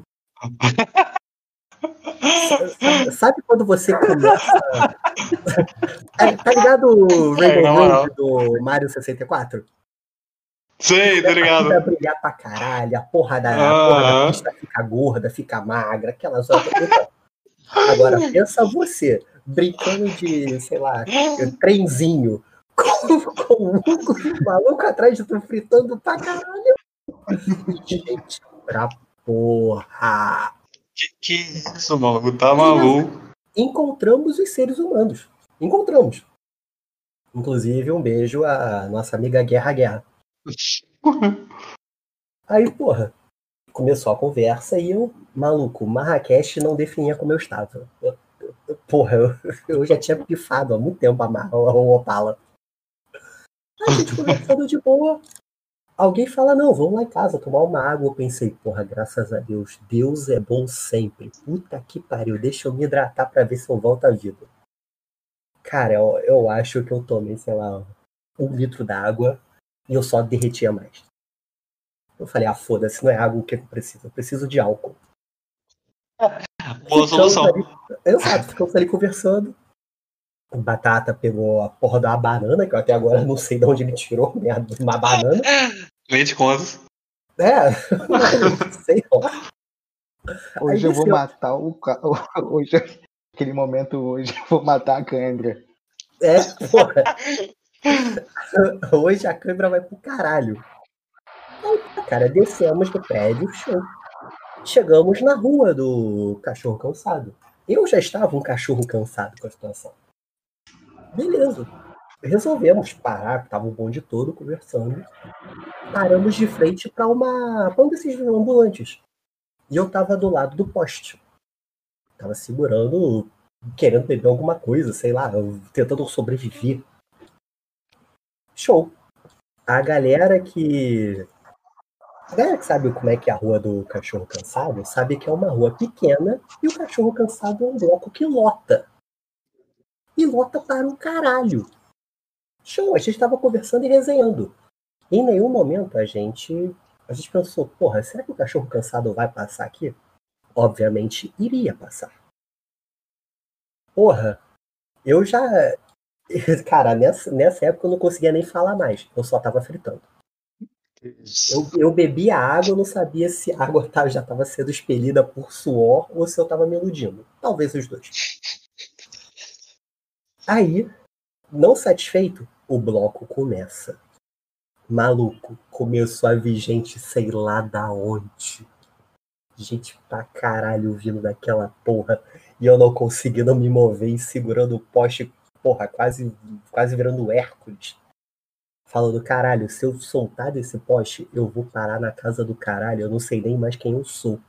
[SPEAKER 3] Sabe, sabe quando você começa... tá, tá ligado o Rainbow Road do Mario sessenta e quatro?
[SPEAKER 5] Sei, tá ligado.
[SPEAKER 3] Vai brilhar pra caralho, a porra da, a porra da pista fica gorda, fica magra, aquelas horas. Agora, pensa você, brincando de, sei lá, trenzinho, com, com um maluco atrás de tu fritando pra caralho. Gente, pra porra.
[SPEAKER 5] Que, que isso, maluco? Tá maluco.
[SPEAKER 3] Encontramos os seres humanos. Encontramos. Inclusive, um beijo à nossa amiga Guerra Guerra. Aí, porra, começou a conversa e eu, maluco, Marrakech não definia como eu estava. Eu, eu, porra, eu, eu já tinha pifado há muito tempo a, Mar, o Opala. Aí a gente conversando de boa. Alguém fala, não, vamos lá em casa tomar uma água. Eu pensei, porra, graças a Deus, Deus é bom sempre. Puta que pariu, deixa eu me hidratar pra ver se eu volto à vida. Cara, eu, eu acho que eu tomei, sei lá, um litro d'água e eu só derretia mais. Eu falei, ah, foda-se, não é água o que eu preciso, eu preciso de álcool.
[SPEAKER 5] Boa solução.
[SPEAKER 3] Ali, exato, ficamos ali conversando. O Batata pegou a porra da banana, que eu até agora não sei de onde ele tirou, merda, uma banana.
[SPEAKER 5] Leite contas.
[SPEAKER 3] É, não sei lá.
[SPEAKER 7] Hoje
[SPEAKER 3] Aí
[SPEAKER 7] eu vou
[SPEAKER 3] desceu.
[SPEAKER 7] matar o ca- hoje aquele momento hoje eu vou matar a Cândria.
[SPEAKER 3] É, porra. Hoje a câmera vai pro caralho. Aí, cara, descemos do prédio, show. chegamos na rua do cachorro cansado. Eu já estava um cachorro cansado com a situação. Beleza. Resolvemos parar, estava o bonde todo conversando. Paramos de frente para uma. Pra um desses ambulantes. E eu estava do lado do poste. Tava segurando, querendo beber alguma coisa, sei lá, tentando sobreviver. Show. A galera que. A galera que sabe como é que é a rua do cachorro cansado, sabe que é uma rua pequena e o cachorro cansado é um bloco que lota. E lota para um caralho. Show, a gente estava conversando e resenhando. Em nenhum momento a gente. A gente pensou, porra, será que o cachorro cansado vai passar aqui? Obviamente iria passar. Porra, eu já. Cara, nessa, nessa época eu não conseguia nem falar mais. Eu só tava fritando. Eu, eu bebia água, eu não sabia se a água tava, já estava sendo expelida por suor ou se eu estava me iludindo. Talvez os dois. Aí, não satisfeito, o bloco começa. Maluco, começou a vir gente sei lá da onde. Gente pra caralho vindo daquela porra. E eu não conseguindo me mover e segurando o poste, porra, quase, quase virando Hércules. Falando, caralho, se eu soltar desse poste, eu vou parar na casa do caralho, eu não sei nem mais quem eu sou.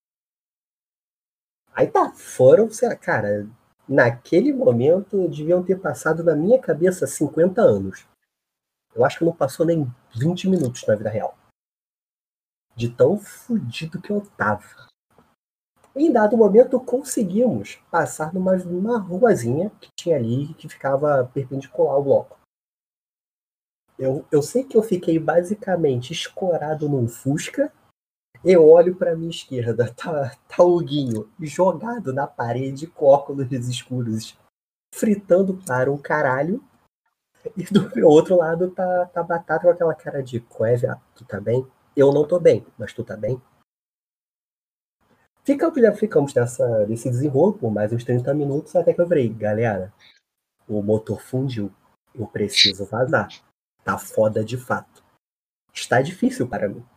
[SPEAKER 3] Aí tá, foram, sei lá, cara, naquele momento deviam ter passado na minha cabeça cinquenta anos. Eu acho que não passou nem vinte minutos na vida real. De tão fudido que eu tava. Em dado momento conseguimos passar numa, numa ruazinha que tinha ali, que ficava perpendicular ao bloco. Eu, eu sei que eu fiquei basicamente escorado num Fusca. Eu olho pra minha esquerda, tá, tá o Guinho jogado na parede com óculos escuros, fritando para um caralho. E do meu outro lado tá, tá Batata com aquela cara de qual é, viado? Tu tá bem? Eu não tô bem, mas tu tá bem? Ficamos, já ficamos nessa, nesse desenrolo por mais uns trinta minutos até que eu falei, galera, o motor fundiu. Eu preciso vazar. Tá foda de fato. Está difícil para mim.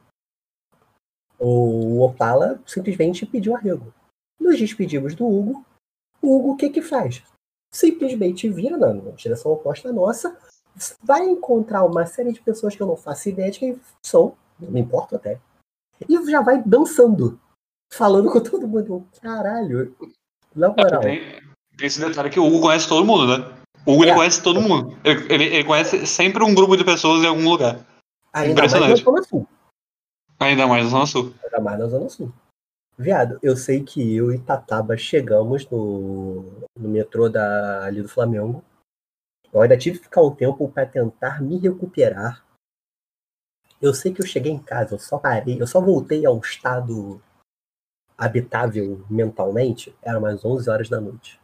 [SPEAKER 3] O Opala simplesmente pediu arrego. Nos despedimos do Hugo. O Hugo o que que faz? Simplesmente vira na direção oposta à nossa, vai encontrar uma série de pessoas que eu não faço ideia de quem são, não me importa até, e já vai dançando, falando com todo mundo. Caralho, na moral.
[SPEAKER 5] Tem, tem esse detalhe que o Hugo conhece todo mundo, né? O Hugo ele
[SPEAKER 3] É.
[SPEAKER 5] conhece todo mundo. Ele, ele, ele conhece sempre um grupo de pessoas em algum lugar.
[SPEAKER 3] Ainda mais na
[SPEAKER 5] Impressionante.
[SPEAKER 3] Zona Sul.
[SPEAKER 5] Ainda mais na Zona Sul.
[SPEAKER 3] Ainda mais na Zona Sul. Viado, eu sei que eu e Tataba chegamos no, no metrô da, ali do Flamengo. Eu ainda tive que ficar um tempo para tentar me recuperar. Eu sei que eu cheguei em casa, eu só parei, eu só voltei a um estado habitável mentalmente, era umas onze horas da noite.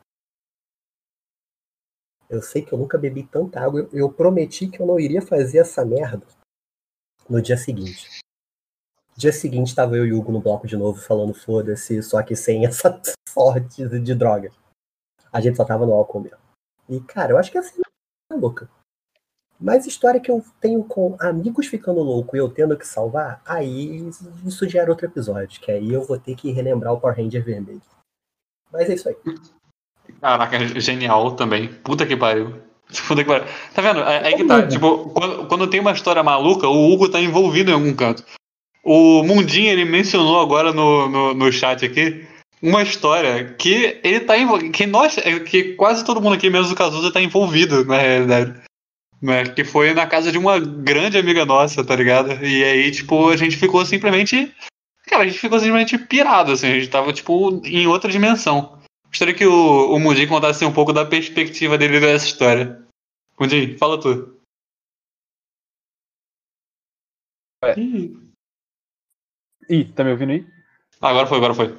[SPEAKER 3] Eu sei que eu nunca bebi tanta água, eu, eu prometi que eu não iria fazer essa merda no dia seguinte. Dia seguinte tava eu e o Hugo no bloco de novo falando foda-se, só que sem essa sorte de droga. A gente só tava no álcool mesmo. E cara, eu acho que assim é louca. Mas história que eu tenho com amigos ficando louco e eu tendo que salvar, aí isso já era outro episódio, que aí eu vou ter que relembrar o Power Ranger vermelho. Mas é isso aí.
[SPEAKER 5] Caraca, genial também. Puta que pariu. Puta que pariu. Tá vendo? Aí que tá. Tipo, quando, quando tem uma história maluca, o Hugo tá envolvido em algum canto. O Mundinho, ele mencionou agora no, no, no chat aqui uma história que ele tá envolvido. Que, nós, que quase todo mundo aqui, menos o Cazuza, tá envolvido, na realidade. Né? Que foi na casa de uma grande amiga nossa, tá ligado? E aí, tipo, a gente ficou simplesmente. Cara, a gente ficou simplesmente pirado, assim. A gente tava, tipo, em outra dimensão. Gostaria que o, o Mundinho contasse um pouco da perspectiva dele dessa história. Mundinho, fala tu.
[SPEAKER 4] É.
[SPEAKER 5] Ih.
[SPEAKER 4] Ih, tá me ouvindo aí?
[SPEAKER 5] Agora foi, agora foi.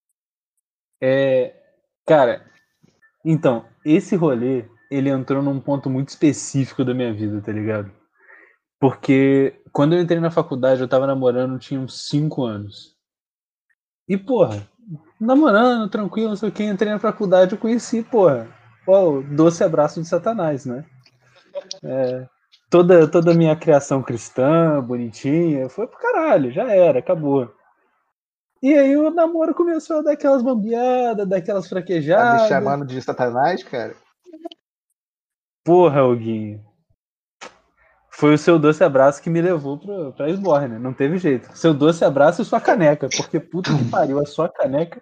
[SPEAKER 4] É, cara, então, esse rolê, ele entrou num ponto muito específico da minha vida, tá ligado? Porque quando eu entrei na faculdade, eu tava namorando, tinha uns cinco anos. E, porra, namorando, tranquilo, não sei o que, entrei na faculdade, eu conheci, porra, pô, o doce abraço de Satanás, né? É, toda, toda a minha criação cristã, bonitinha, foi pro caralho, já era, acabou. E aí o namoro começou a dar aquelas bambeadas, dar aquelas
[SPEAKER 7] Tá
[SPEAKER 4] fraquejadas.
[SPEAKER 7] me chamando de Satanás, cara?
[SPEAKER 4] Porra, Huguinho. Foi o seu doce abraço que me levou pra, pra Esborne, né? Não teve jeito. Seu doce abraço e sua caneca. Porque puta que pariu, a sua caneca.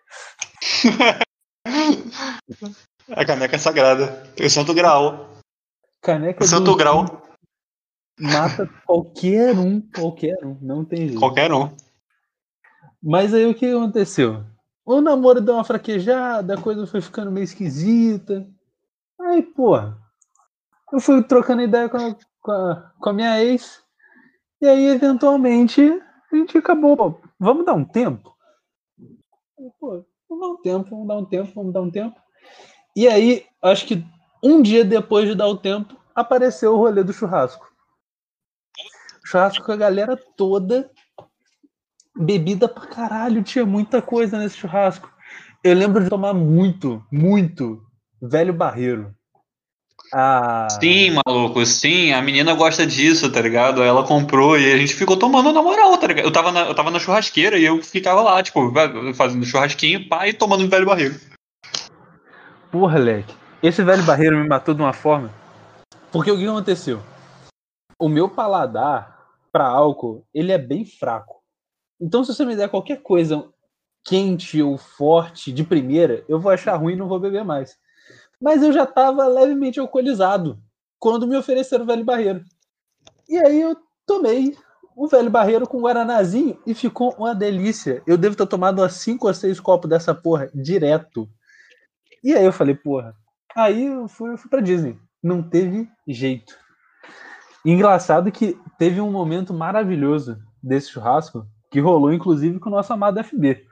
[SPEAKER 5] A caneca é sagrada. Tem o Santo Grau.
[SPEAKER 4] Caneca
[SPEAKER 5] O Santo
[SPEAKER 4] do
[SPEAKER 5] Grau.
[SPEAKER 4] mata qualquer um, qualquer um. Não tem jeito.
[SPEAKER 5] Qualquer um.
[SPEAKER 4] Mas aí o que aconteceu? O namoro deu uma fraquejada, a coisa foi ficando meio esquisita. Aí, porra, eu fui trocando ideia com a, com a, com a minha ex. E aí, eventualmente, a gente acabou. Pô, vamos dar um tempo? Pô, vamos dar um tempo, vamos dar um tempo, vamos dar um tempo. E aí, acho que um dia depois de dar o tempo, apareceu o rolê do churrasco. Churrasco com a galera toda. Bebida pra caralho, tinha muita coisa nesse churrasco. Eu lembro de tomar muito, muito velho barreiro. Ah,
[SPEAKER 5] Sim, maluco, sim. A menina gosta disso, tá ligado? Ela comprou e a gente ficou tomando na moral, tá ligado? Eu tava na, eu tava na churrasqueira e eu ficava lá, tipo, fazendo churrasquinho, pá, e tomando um velho barreiro.
[SPEAKER 4] porra, leque. Esse velho barreiro me matou de uma forma. Porque o que aconteceu? O meu paladar pra álcool, ele é bem fraco. Então, se você me der qualquer coisa quente ou forte de primeira, eu vou achar ruim e não vou beber mais. Mas eu já estava levemente alcoolizado quando me ofereceram o velho barreiro. E aí eu tomei o velho barreiro com guaranazinho e ficou uma delícia. Eu devo ter tomado umas cinco ou seis copos dessa porra direto. E aí eu falei, porra. Aí eu fui, eu fui pra Disney. Não teve jeito. Engraçado que teve um momento maravilhoso desse churrasco que rolou, inclusive, com o nosso amado F B.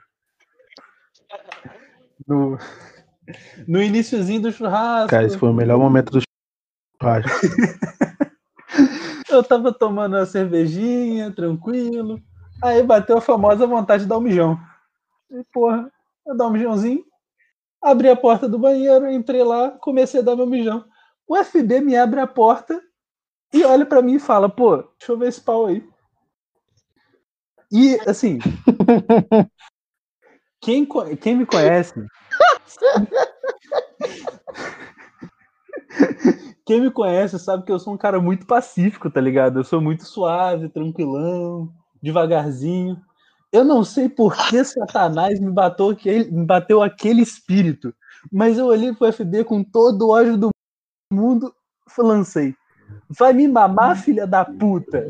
[SPEAKER 4] No, no iniciozinho do churrasco.
[SPEAKER 6] Cara, esse foi o melhor momento do churrasco.
[SPEAKER 4] Eu tava tomando uma cervejinha, tranquilo. Aí bateu a famosa vontade de dar um mijão. E, porra, eu dar um mijãozinho. Abri a porta do banheiro, entrei lá, comecei a dar meu mijão. O F B me abre a porta e olha pra mim e fala, pô, deixa eu ver esse pau aí. E, assim, quem, quem me conhece... Quem me conhece sabe que eu sou um cara muito pacífico, tá ligado? Eu sou muito suave, tranquilão, devagarzinho. Eu não sei por que Satanás me bateu aquele, me bateu aquele espírito, mas eu olhei pro F B com todo o ódio do mundo e lancei. Vai me mamar, filha da puta?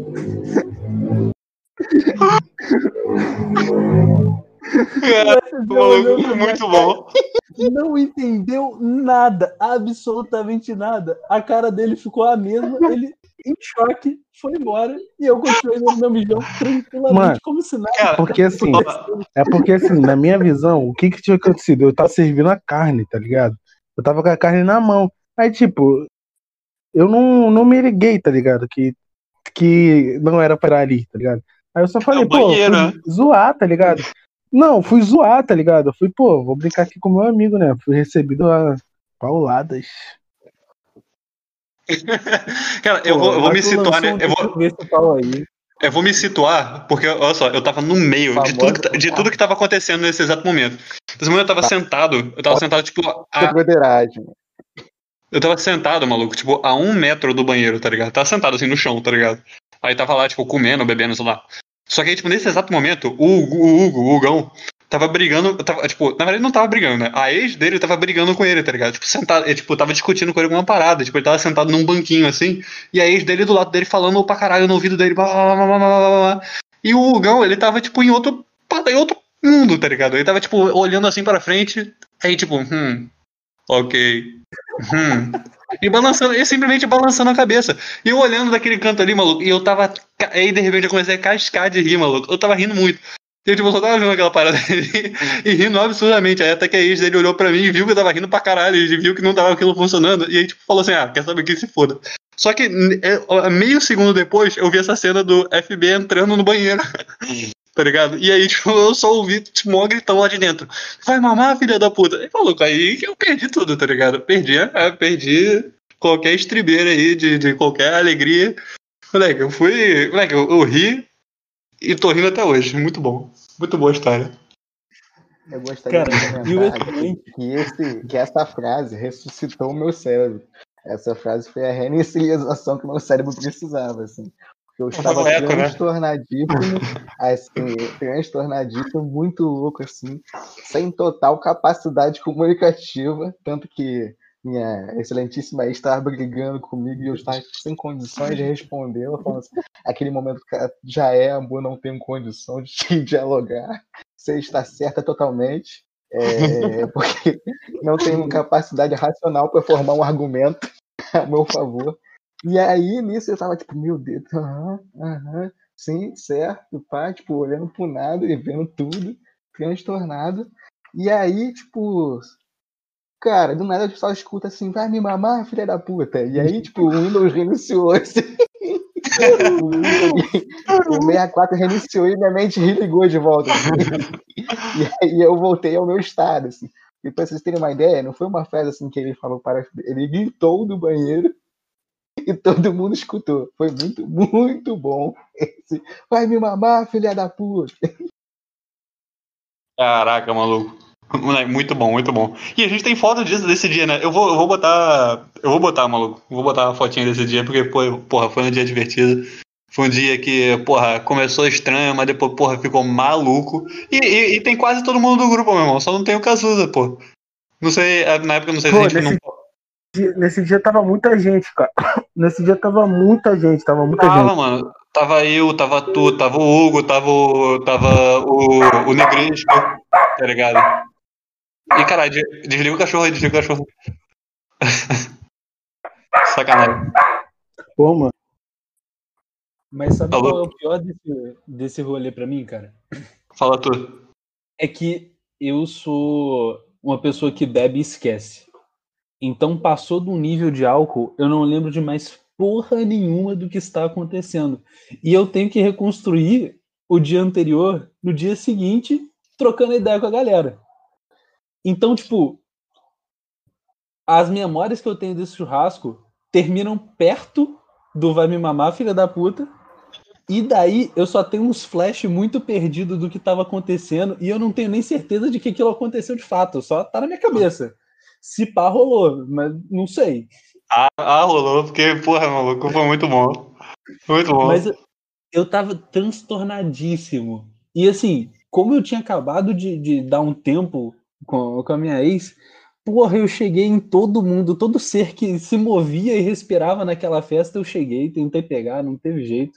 [SPEAKER 5] É, maluco, muito bom.
[SPEAKER 4] Não entendeu nada, absolutamente nada. A cara dele ficou a mesma, ele em choque, foi embora e eu continuei no meu mijão tranquilamente,
[SPEAKER 6] Mano,
[SPEAKER 4] como se nada.
[SPEAKER 5] Cara,
[SPEAKER 6] Porque assim, é porque assim, na minha visão, o que que tinha acontecido? Eu tava servindo a carne, tá ligado? Eu tava com a carne na mão. Aí, tipo, eu não, não me liguei, tá ligado? Que, que não era pra ir ali, tá ligado? Aí eu só falei,
[SPEAKER 5] É o
[SPEAKER 6] pô,
[SPEAKER 5] banheiro,
[SPEAKER 6] fui
[SPEAKER 5] né?
[SPEAKER 6] zoar, tá ligado? Não, fui zoar, tá ligado? Eu fui, pô, vou brincar aqui com meu amigo, né? Fui recebido a pauladas.
[SPEAKER 5] Cara, eu
[SPEAKER 4] Pô,
[SPEAKER 5] vou, eu vou
[SPEAKER 4] mas
[SPEAKER 5] me
[SPEAKER 4] tu
[SPEAKER 5] situar,
[SPEAKER 4] lançou
[SPEAKER 5] né?
[SPEAKER 4] um
[SPEAKER 5] Eu
[SPEAKER 4] deixa eu
[SPEAKER 5] vou,
[SPEAKER 4] ver esse pau aí.
[SPEAKER 5] eu vou me situar, porque, olha só, eu tava no meio de tudo, que, ta- de tudo que tava acontecendo nesse exato momento. Nesse momento eu tava sentado, eu tava sentado, tipo, a,
[SPEAKER 7] Broderagem.
[SPEAKER 5] eu tava sentado, maluco, tipo, a um metro do banheiro, tá ligado? Tava sentado assim no chão, tá ligado? Aí tava lá, tipo, comendo, bebendo, sei lá. Só que aí, tipo, nesse exato momento, o Hugo, o Hugo, o Hugão, tava brigando, tava, tipo, na verdade não tava brigando, né? A ex dele tava brigando com ele, tá ligado? Tipo, sentado, ele, tipo, tava discutindo com ele alguma parada, tipo, ele tava sentado num banquinho assim, e a ex dele do lado dele falando pra caralho no ouvido dele, blá, blá, blá, blá, blá, blá, blá. E o Hugão, ele tava, tipo, em outro, em outro mundo, tá ligado? Ele tava, tipo, olhando assim pra frente, aí, tipo, hum, ok, hum. E balançando, e simplesmente balançando a cabeça. E eu olhando daquele canto ali, maluco, e eu tava. Aí de repente eu comecei a cascar de rir, maluco. Eu tava rindo muito. E tipo, eu só tava vendo aquela parada dele e rindo absurdamente. Aí até que a ex dele olhou pra mim e viu que eu tava rindo pra caralho. E viu que não tava aquilo funcionando. E aí, tipo, falou assim: ah, quer saber que se foda. Só que meio segundo depois eu vi essa cena do F B entrando no banheiro. Tá ligado? E aí, tipo, eu só ouvi tipo, um gritão lá de dentro. Vai mamar, filha da puta. E falou, aí eu perdi tudo, tá ligado? Perdi, é, perdi qualquer estribeira aí de, de qualquer alegria. Moleque, eu fui. Moleque, eu, eu ri e tô rindo até hoje. Muito bom. Muito boa a história.
[SPEAKER 7] Eu gostaria
[SPEAKER 4] Cara,
[SPEAKER 7] de
[SPEAKER 4] e o
[SPEAKER 7] comentar que,
[SPEAKER 4] expoente.
[SPEAKER 7] que, esse, que essa frase ressuscitou o meu cérebro. Essa frase foi a reinicialização que o meu cérebro precisava, assim. Porque eu estava
[SPEAKER 5] Tava um eco, né?
[SPEAKER 7] transtornadíssimo, assim, transtornadíssimo, muito louco, assim, sem total capacidade comunicativa, tanto que minha excelentíssima ex estava brigando comigo e eu estava sem condições de responder. Ela falando assim, aquele momento que já é, amor, não tenho condição de te dialogar. Você está certa totalmente, é, porque não tenho capacidade racional para formar um argumento a meu favor. E aí, nisso, eu tava tipo, meu Deus, aham, aham, sim, certo, pá, tipo, olhando pro nada e vendo tudo, transtornado. E aí, tipo, cara, do nada eu só escuta assim, vai me mamar, filha da puta. E aí, tipo, o Windows reiniciou assim. O Windows, o sessenta e quatro reiniciou e minha mente religou de volta. Assim. E aí eu voltei ao meu estado, assim. E pra vocês terem uma ideia, não foi uma frase assim que ele falou para. Ele gritou do banheiro e todo mundo escutou. Foi muito, muito bom. Esse, vai me mamar, filha da puta.
[SPEAKER 5] Caraca, maluco. Moleque, muito bom, muito bom. E a gente tem foto disso desse dia, né? Eu vou, eu vou botar. Eu vou botar, maluco. Vou botar uma fotinha desse dia, porque, pô, porra, foi um dia divertido. Foi um dia que, porra, começou estranho, mas depois, porra, ficou maluco. E, e, e tem quase todo mundo do grupo, meu irmão. Só não tem o Cazuza, pô. Não sei, na época não sei se
[SPEAKER 6] Pô,
[SPEAKER 5] a gente
[SPEAKER 6] nesse,
[SPEAKER 5] não.
[SPEAKER 6] dia, nesse dia tava muita gente, cara. Nesse dia tava muita gente, tava muita
[SPEAKER 5] Tava,
[SPEAKER 6] gente.
[SPEAKER 5] mano. Tava eu, tava tu, tava o Hugo, tava o. Tava o, o Negresco, tá ligado? E caralho, de- desliga o cachorro aí, desliga o cachorro. Sacanagem.
[SPEAKER 6] Pô, mano.
[SPEAKER 4] Mas sabe
[SPEAKER 5] Alô?
[SPEAKER 4] qual é o pior desse, desse rolê pra mim, cara?
[SPEAKER 5] Fala tu.
[SPEAKER 4] É que eu sou uma pessoa que bebe e esquece. Então passou de um nível de álcool, eu não lembro de mais porra nenhuma do que está acontecendo. E eu tenho que reconstruir o dia anterior no dia seguinte, trocando ideia com a galera. Então, tipo, as memórias que eu tenho desse churrasco terminam perto do vai me mamar, filha da puta. E daí eu só tenho uns flash muito perdidos do que estava acontecendo e eu não tenho nem certeza de que aquilo aconteceu de fato, só tá na minha cabeça. Se pá, rolou, mas não sei.
[SPEAKER 5] Ah, ah, rolou, porque, porra, maluco, foi muito bom. Muito bom.
[SPEAKER 4] Mas eu tava transtornadíssimo. E assim, como eu tinha acabado de, de dar um tempo com, com a minha ex, porra, eu cheguei em todo mundo, todo ser que se movia e respirava naquela festa, eu cheguei, tentei pegar, não teve jeito.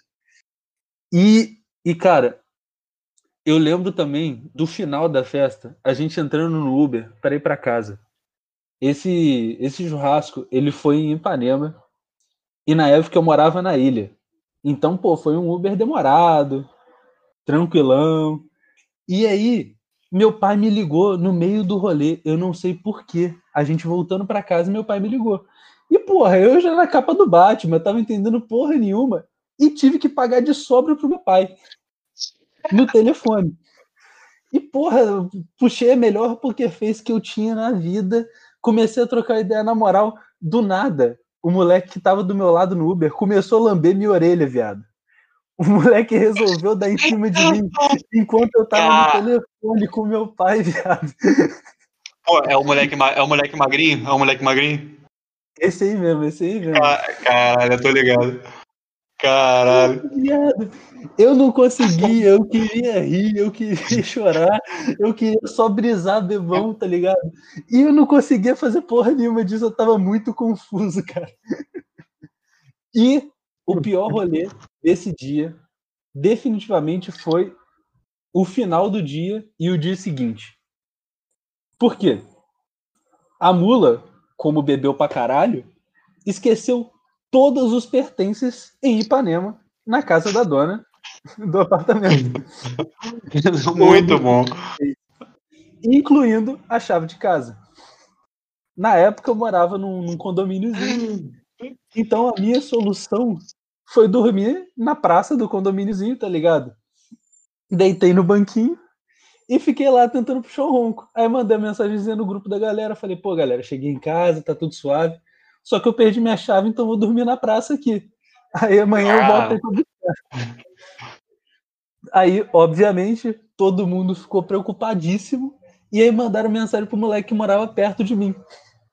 [SPEAKER 4] E, e cara, eu lembro também do final da festa, a gente entrando no Uber para ir para casa. Esse, esse churrasco, ele foi em Ipanema, e na época eu morava na ilha. Então, pô, foi um Uber demorado, tranquilão. E aí, meu pai me ligou no meio do rolê, eu não sei porquê. A gente voltando para casa, meu pai me ligou. E, porra, eu já na capa do Batman, eu tava entendendo porra nenhuma, e tive que pagar de sobra pro meu pai, no telefone. E, porra, eu puxei a melhor porque fez que eu tinha na vida. Comecei a trocar ideia na moral, do nada. O moleque que tava do meu lado no Uber começou a lamber minha orelha, viado. O moleque resolveu dar em cima de mim enquanto eu tava no
[SPEAKER 5] Ah,
[SPEAKER 4] telefone com meu pai, viado.
[SPEAKER 5] pô, é o moleque, ma- é o moleque magrinho? É o moleque magrinho?
[SPEAKER 4] Esse aí mesmo, esse aí mesmo.
[SPEAKER 5] Ah, caralho, eu tô ligado. Caralho.
[SPEAKER 4] Viado. Eu não conseguia, eu queria rir, eu queria chorar, eu queria só brisar bebão, tá ligado? E eu não conseguia fazer porra nenhuma disso, eu tava muito confuso, cara. E o pior rolê desse dia, definitivamente, foi o final do dia e o dia seguinte. Por quê? A mula, como bebeu pra caralho, esqueceu todos os pertences em Ipanema, na casa da dona do apartamento.
[SPEAKER 5] Muito bom.
[SPEAKER 4] Incluindo a chave de casa. Na época eu morava num, num condomíniozinho. Então a minha solução foi dormir na praça do condomíniozinho, tá ligado? Deitei no banquinho e fiquei lá tentando puxar o ronco. Aí mandei a mensagenzinha no grupo da galera. Falei, pô, galera, cheguei em casa, tá tudo suave. Só que eu perdi minha chave, então vou dormir na praça aqui. Aí amanhã eu volto
[SPEAKER 5] Ah,
[SPEAKER 4] aí pra buscar. Aí, obviamente, todo mundo ficou preocupadíssimo. E aí mandaram mensagem pro moleque que morava perto de mim.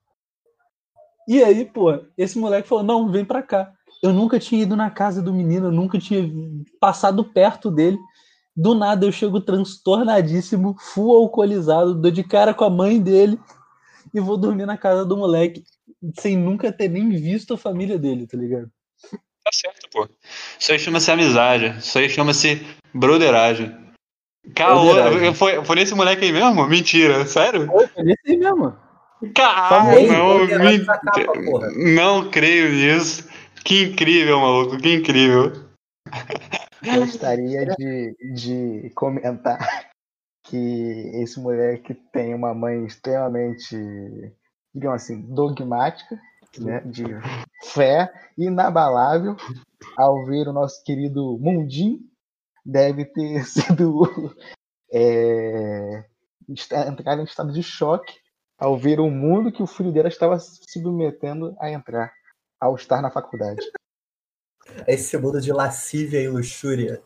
[SPEAKER 4] E aí, pô, esse moleque falou, não, vem pra cá. Eu nunca tinha ido na casa do menino, eu nunca tinha passado perto dele. Do nada eu chego transtornadíssimo, full alcoolizado, dou de cara com a mãe dele e vou dormir na casa do moleque sem nunca ter nem visto a família dele, tá ligado?
[SPEAKER 5] Tá certo, pô. Isso aí chama-se amizade. Isso aí chama-se broderagem. Caô,
[SPEAKER 3] Broderagem.
[SPEAKER 5] foi, foi nesse moleque aí mesmo? Mentira, sério?
[SPEAKER 4] Foi, foi desse aí mesmo.
[SPEAKER 5] Cara,
[SPEAKER 3] Ei,
[SPEAKER 5] não,
[SPEAKER 3] broderagem
[SPEAKER 5] me-
[SPEAKER 3] da capa, porra.
[SPEAKER 5] não creio nisso. Que incrível, maluco, que incrível.
[SPEAKER 7] Gostaria de, de comentar que esse moleque tem uma mãe extremamente, digamos assim, dogmática, né, de fé inabalável. Ao ver o nosso querido Mundinho, deve ter sido é, esta- entrar em estado de choque ao ver o mundo que o filho dela estava se submetendo a entrar, ao estar na faculdade.
[SPEAKER 3] Esse mundo de lascívia e luxúria.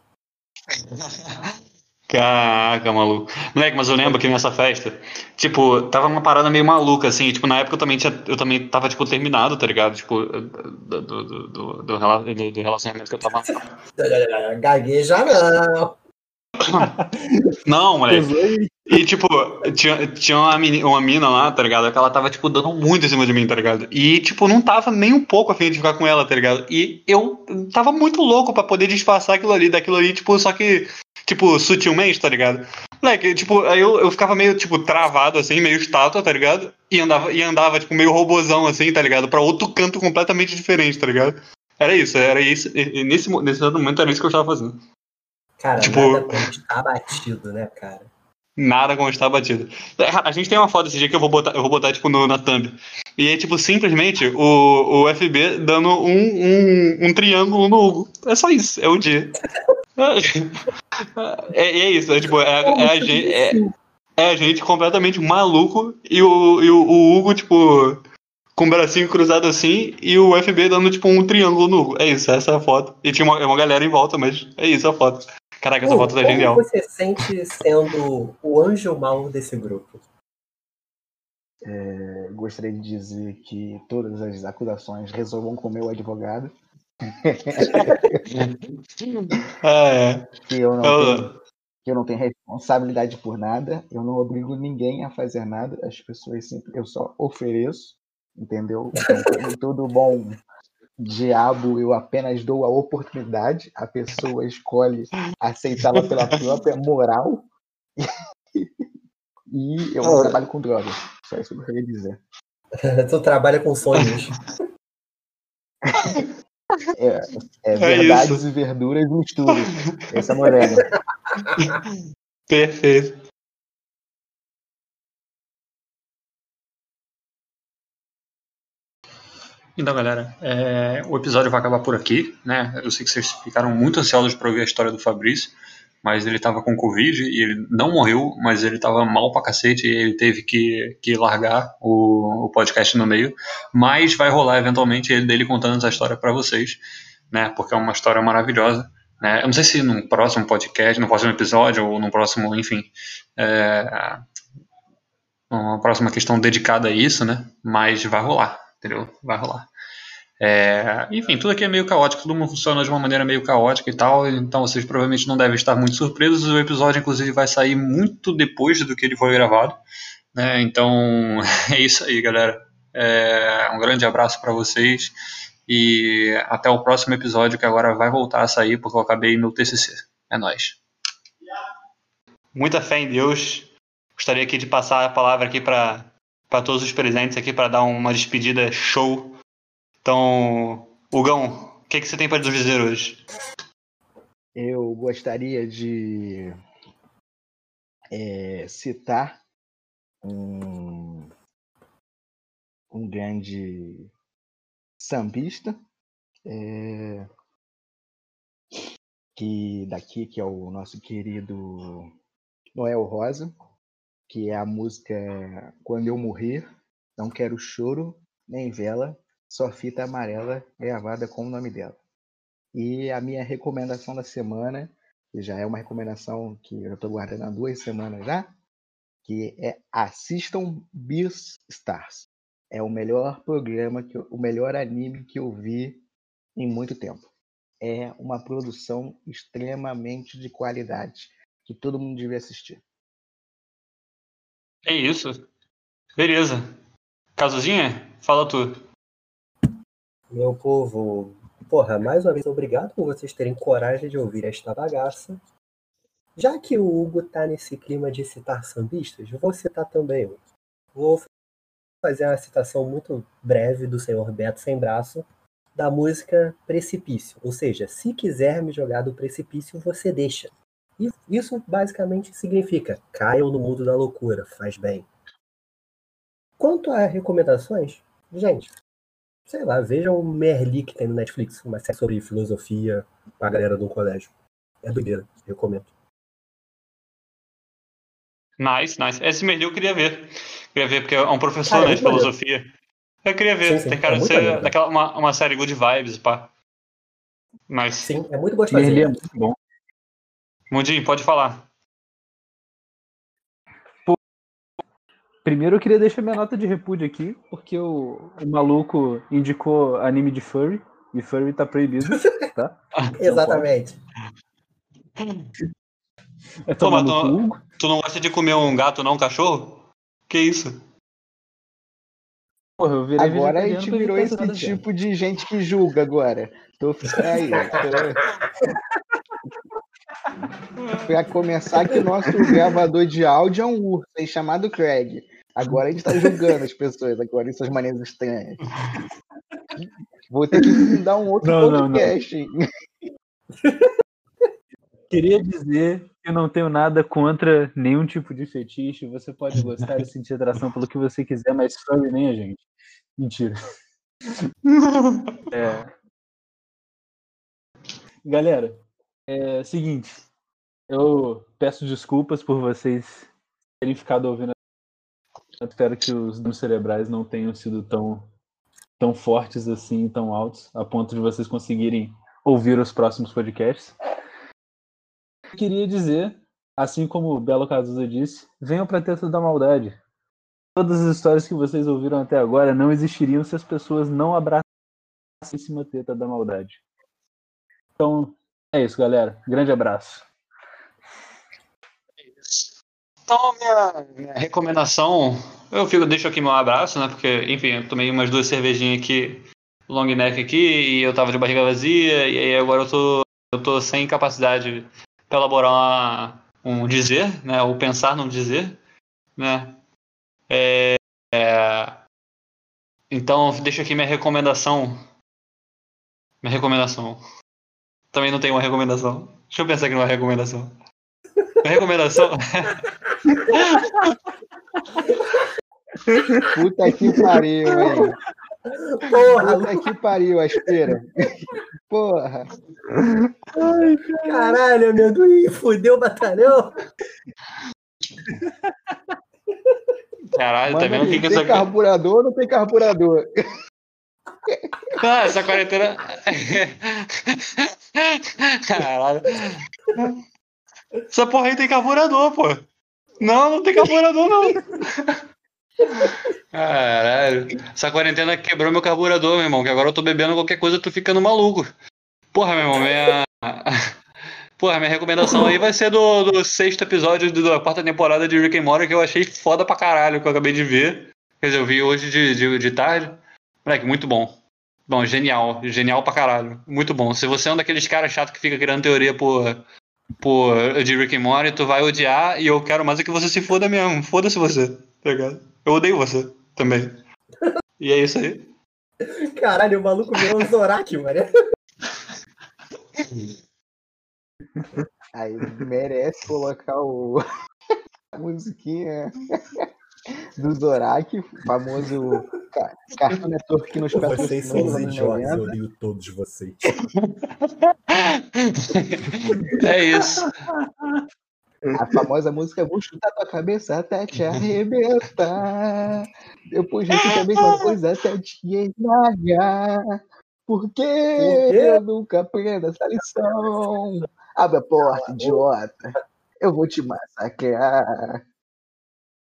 [SPEAKER 5] Caraca, maluco. Moleque, mas eu lembro que nessa festa, tipo, tava uma parada meio maluca, assim. Tipo, na época eu também, tinha, eu também tava, tipo, terminado, tá ligado? Tipo, do, do, do, do, do rela- do- do relacionamento que eu tava.
[SPEAKER 3] Gagueja não.
[SPEAKER 5] Não, moleque.
[SPEAKER 4] Pesou aí.
[SPEAKER 5] E, tipo, tinha, tinha uma, meni- uma mina lá, tá ligado? Que ela tava, tipo, dando muito em cima de mim, tá ligado? E, tipo, não tava nem um pouco a fim de ficar com ela, tá ligado? E eu tava muito louco pra poder disfarçar aquilo ali, daquilo ali, tipo, só que, tipo, sutilmente, tá ligado? Moleque, tipo, aí eu, eu ficava meio, tipo, travado, assim, meio estátua, tá ligado? E andava, e andava, tipo, meio robozão, assim, tá ligado? Pra outro canto completamente diferente, tá ligado? Era isso, era isso. E, e nesse, mo- nesse exato momento era isso que eu estava fazendo.
[SPEAKER 3] Cara,
[SPEAKER 5] Tipo,
[SPEAKER 3] nada como estar batido, né, cara?
[SPEAKER 5] nada como estar batido. A gente tem uma foto desse dia que eu vou botar, eu vou botar tipo, no, na thumb. E é, tipo, simplesmente o, o F B dando um, um, um triângulo no Hugo. É só isso, é o dia. É, é isso, é, tipo, é, é a gente, é, é a gente completamente maluco e o, e o, o Hugo, tipo, com o bracinho cruzado assim e o F B dando, tipo, um triângulo no Hugo. É isso, essa é a foto. E tinha uma, uma galera em volta, mas é isso a foto. Caraca, essa
[SPEAKER 3] Hugo,
[SPEAKER 5] foto tá
[SPEAKER 3] como
[SPEAKER 5] genial.
[SPEAKER 3] você sente sendo o anjo mau desse grupo?
[SPEAKER 7] É, gostaria de dizer que todas as acusações resolvam com o meu advogado,
[SPEAKER 5] Ah, é.
[SPEAKER 7] que eu não
[SPEAKER 5] Eu-
[SPEAKER 7] tenho, que eu não tenho responsabilidade por nada, eu não obrigo ninguém a fazer nada, as pessoas sempre, eu só ofereço, entendeu? Então, como todo bom diabo, eu apenas dou a oportunidade, a pessoa escolhe aceitá-la pela própria moral e eu não trabalho com drogas. Só isso que eu gostaria de dizer.
[SPEAKER 3] Tu trabalha com sonhos.
[SPEAKER 7] É, é
[SPEAKER 5] É
[SPEAKER 7] verdades
[SPEAKER 5] isso.
[SPEAKER 7] e verduras misturas. Esse é o meu lema.
[SPEAKER 5] Perfeito. Então, galera, é, o episódio vai acabar por aqui, né? Eu sei que vocês ficaram muito ansiosos para ouvir a história do Fabrício, mas ele tava com Covid e ele não morreu, mas ele tava mal pra cacete e ele teve que, que largar o, o podcast no meio. Mas vai rolar eventualmente ele dele contando essa história para vocês, né? Porque é uma história maravilhosa. Né? Eu não sei se no próximo podcast, no próximo episódio ou no próximo, enfim, é, uma próxima questão dedicada a isso, né? Mas vai rolar, entendeu? Vai rolar. É, enfim, tudo aqui é meio caótico, todo mundo funciona de uma maneira meio caótica e tal, então vocês provavelmente não devem estar muito surpresos. O episódio, inclusive, vai sair muito depois do que ele foi gravado, né? Então é isso aí, galera. É, um grande abraço para vocês e até o próximo episódio, que agora vai voltar a sair porque eu acabei meu T C C. É nóis. Muita fé em Deus. Gostaria aqui de passar a palavra aqui para para todos os presentes aqui para dar uma despedida show. Então, Hugão, o que, que você tem para nos dizer hoje?
[SPEAKER 7] Eu gostaria de é, citar um, um grande sambista é, que daqui, que é o nosso querido Noel Rosa, que é a música Quando Eu Morrer, Não Quero Choro Nem Vela, Só Fita Amarela gravada com o nome dela. E a minha recomendação da semana, que já é uma recomendação que eu estou guardando há duas semanas já, que é Assistam Beastars. É o melhor programa, que eu- o melhor anime que eu vi em muito tempo. É uma produção extremamente de qualidade, que todo mundo devia assistir.
[SPEAKER 5] É isso. Beleza. Casuzinha? Fala tu.
[SPEAKER 3] Meu povo, porra, mais uma vez, obrigado por vocês terem coragem de ouvir esta bagaça. Já que o Hugo tá nesse clima de citar sambistas, vou citar também um. Vou fazer uma citação muito breve do senhor Beto Sem Braço, da música Precipício. Ou seja, se quiser me jogar do precipício, você deixa. E isso basicamente significa, caiam no mundo da loucura, faz bem. Quanto a recomendações, gente, sei lá, vejam o Merli que tem no Netflix, uma série sobre filosofia com a galera do colégio. É doideira, recomendo.
[SPEAKER 5] Nice, nice. Esse Merli eu queria ver. Queria ver, porque é um professor,
[SPEAKER 3] Cara, é
[SPEAKER 5] né, de
[SPEAKER 3] muito maneiro.
[SPEAKER 5] filosofia. Eu queria
[SPEAKER 3] Sim,
[SPEAKER 5] ver.
[SPEAKER 3] sim,
[SPEAKER 5] Tem
[SPEAKER 3] é
[SPEAKER 5] cara de
[SPEAKER 3] muito
[SPEAKER 5] ser
[SPEAKER 3] maneiro, cara.
[SPEAKER 5] daquela, uma, uma série good vibes, pá. Nice.
[SPEAKER 3] Sim, é muito
[SPEAKER 4] Merli é
[SPEAKER 3] gostosinho.
[SPEAKER 4] muito bom.
[SPEAKER 5] Mundinho, pode falar.
[SPEAKER 4] Primeiro eu queria deixar minha nota de repúdio aqui, porque o, o maluco indicou anime de furry, e furry tá proibido, tá?
[SPEAKER 3] Exatamente.
[SPEAKER 4] É
[SPEAKER 5] Pô,
[SPEAKER 4] tomar
[SPEAKER 5] mas
[SPEAKER 4] no cu,
[SPEAKER 5] tu,
[SPEAKER 4] Hugo.
[SPEAKER 5] tu não gosta de comer um gato, não um cachorro? Que isso?
[SPEAKER 4] Porra, eu virei
[SPEAKER 7] Agora a
[SPEAKER 4] vegetariano
[SPEAKER 7] gente
[SPEAKER 4] pra
[SPEAKER 7] virou
[SPEAKER 4] evitar essas
[SPEAKER 7] esse
[SPEAKER 4] paradas de
[SPEAKER 7] tipo de gente que julga agora. Tô aí, tô... Pra começar que o nosso gravador de áudio é um urso, hein, chamado Craig. Agora a gente tá julgando as pessoas agora em suas maneiras estranhas. Vou ter que fundar um outro
[SPEAKER 4] Não, não, não.
[SPEAKER 7] podcast, hein?
[SPEAKER 4] Queria dizer que eu não tenho nada contra nenhum tipo de fetiche. Você pode gostar e sentir atração pelo que você quiser, mas furry nem a gente. Mentira. É. Galera, é o seguinte. Eu peço desculpas por vocês terem ficado ouvindo. Eu espero que os danos cerebrais não tenham sido tão, tão fortes assim, tão altos, a ponto de vocês conseguirem ouvir os próximos podcasts. Eu queria dizer, assim como o Belo Cazuza disse, venham para a Teta da Maldade. Todas as histórias que vocês ouviram até agora não existiriam se as pessoas não abraçassem a Teta da Maldade. Então, é isso, galera. Grande abraço.
[SPEAKER 5] Então, minha, minha recomendação, eu fico, deixo aqui meu abraço, né? Porque, enfim, eu tomei umas duas cervejinhas aqui, long neck aqui, e eu tava de barriga vazia, e aí agora eu tô, eu tô sem capacidade para elaborar uma, um dizer, né? Ou pensar num dizer, né? É, é, então, deixo aqui minha recomendação. Minha recomendação. Também não tenho uma recomendação. Deixa eu pensar aqui numa recomendação. Minha recomendação.
[SPEAKER 7] Puta que pariu, hein?
[SPEAKER 3] Porra,
[SPEAKER 7] Puta que pariu, Aspira. Porra.
[SPEAKER 3] caralho, amendoim, fudeu o batalhão.
[SPEAKER 5] Caralho, tá
[SPEAKER 7] Manda
[SPEAKER 5] vendo o que
[SPEAKER 7] aí,
[SPEAKER 5] que
[SPEAKER 7] tem
[SPEAKER 5] essa.
[SPEAKER 7] carburador ou não tem carburador?
[SPEAKER 5] Ah, essa quarentena. Caralho. Essa porra aí tem carburador, pô. Não, não tem carburador, não. Caralho. Essa quarentena quebrou meu carburador, meu irmão. Que agora eu tô bebendo qualquer coisa, tu ficando maluco. Porra, meu irmão, minha. Porra, minha recomendação aí vai ser do, do sexto episódio da quarta temporada de Rick and Morty, que eu achei foda pra caralho, que eu acabei de ver. Quer dizer, eu vi hoje de, de, de tarde. Moleque, muito bom. Bom, genial. Genial pra caralho. Muito bom. Se você é um daqueles caras chatos que fica criando teoria por, por, de Rick and Morty, tu vai odiar e eu quero mais é que você se foda mesmo. Foda-se você, tá ligado? Eu odeio você também. E é isso aí.
[SPEAKER 3] Caralho, o maluco virou um Zorak, mano.
[SPEAKER 7] Aí merece colocar o... a musiquinha do Zorak, famoso ca- Cartoon Network que nos
[SPEAKER 3] Vocês são
[SPEAKER 7] patrocinou nos
[SPEAKER 3] os
[SPEAKER 7] anos
[SPEAKER 3] idiotas, eu
[SPEAKER 7] noventa.
[SPEAKER 3] odeio todos vocês.
[SPEAKER 5] É isso.
[SPEAKER 7] A famosa música Vou chutar tua cabeça até te arrebentar. Depois repita a mesma coisa até te esmagar. Porque
[SPEAKER 3] Por quê?
[SPEAKER 7] eu nunca aprendo essa lição. Abre a porta, idiota. Eu vou te massacrar.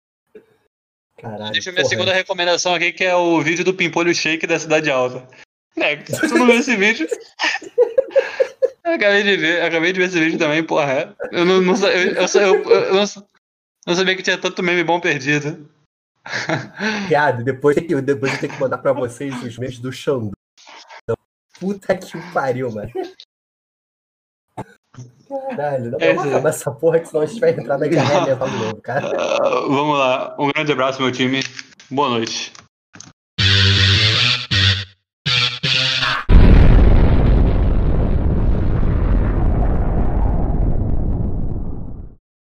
[SPEAKER 3] Caralho.
[SPEAKER 5] Deixa minha
[SPEAKER 3] porra.
[SPEAKER 5] segunda recomendação aqui, que é o vídeo do Pimpolho Shake da Cidade Alta. É, se tu não viu esse vídeo... Eu acabei de ver, acabei de ver esse vídeo também, porra. Eu não, não, sa- eu, eu, sa- eu, eu não, sa- não sabia que tinha tanto meme bom perdido.
[SPEAKER 3] Piada, depois, tem que- depois eu tenho que mandar pra vocês os memes do Xandão. Puta que pariu, mano. Caralho, não
[SPEAKER 5] É
[SPEAKER 3] vamos
[SPEAKER 5] isso aí.
[SPEAKER 3] acabar essa porra, que senão a gente vai entrar na guerra mental de novo, cara.
[SPEAKER 5] Ah, vamos lá. Um grande abraço, meu time. Boa noite.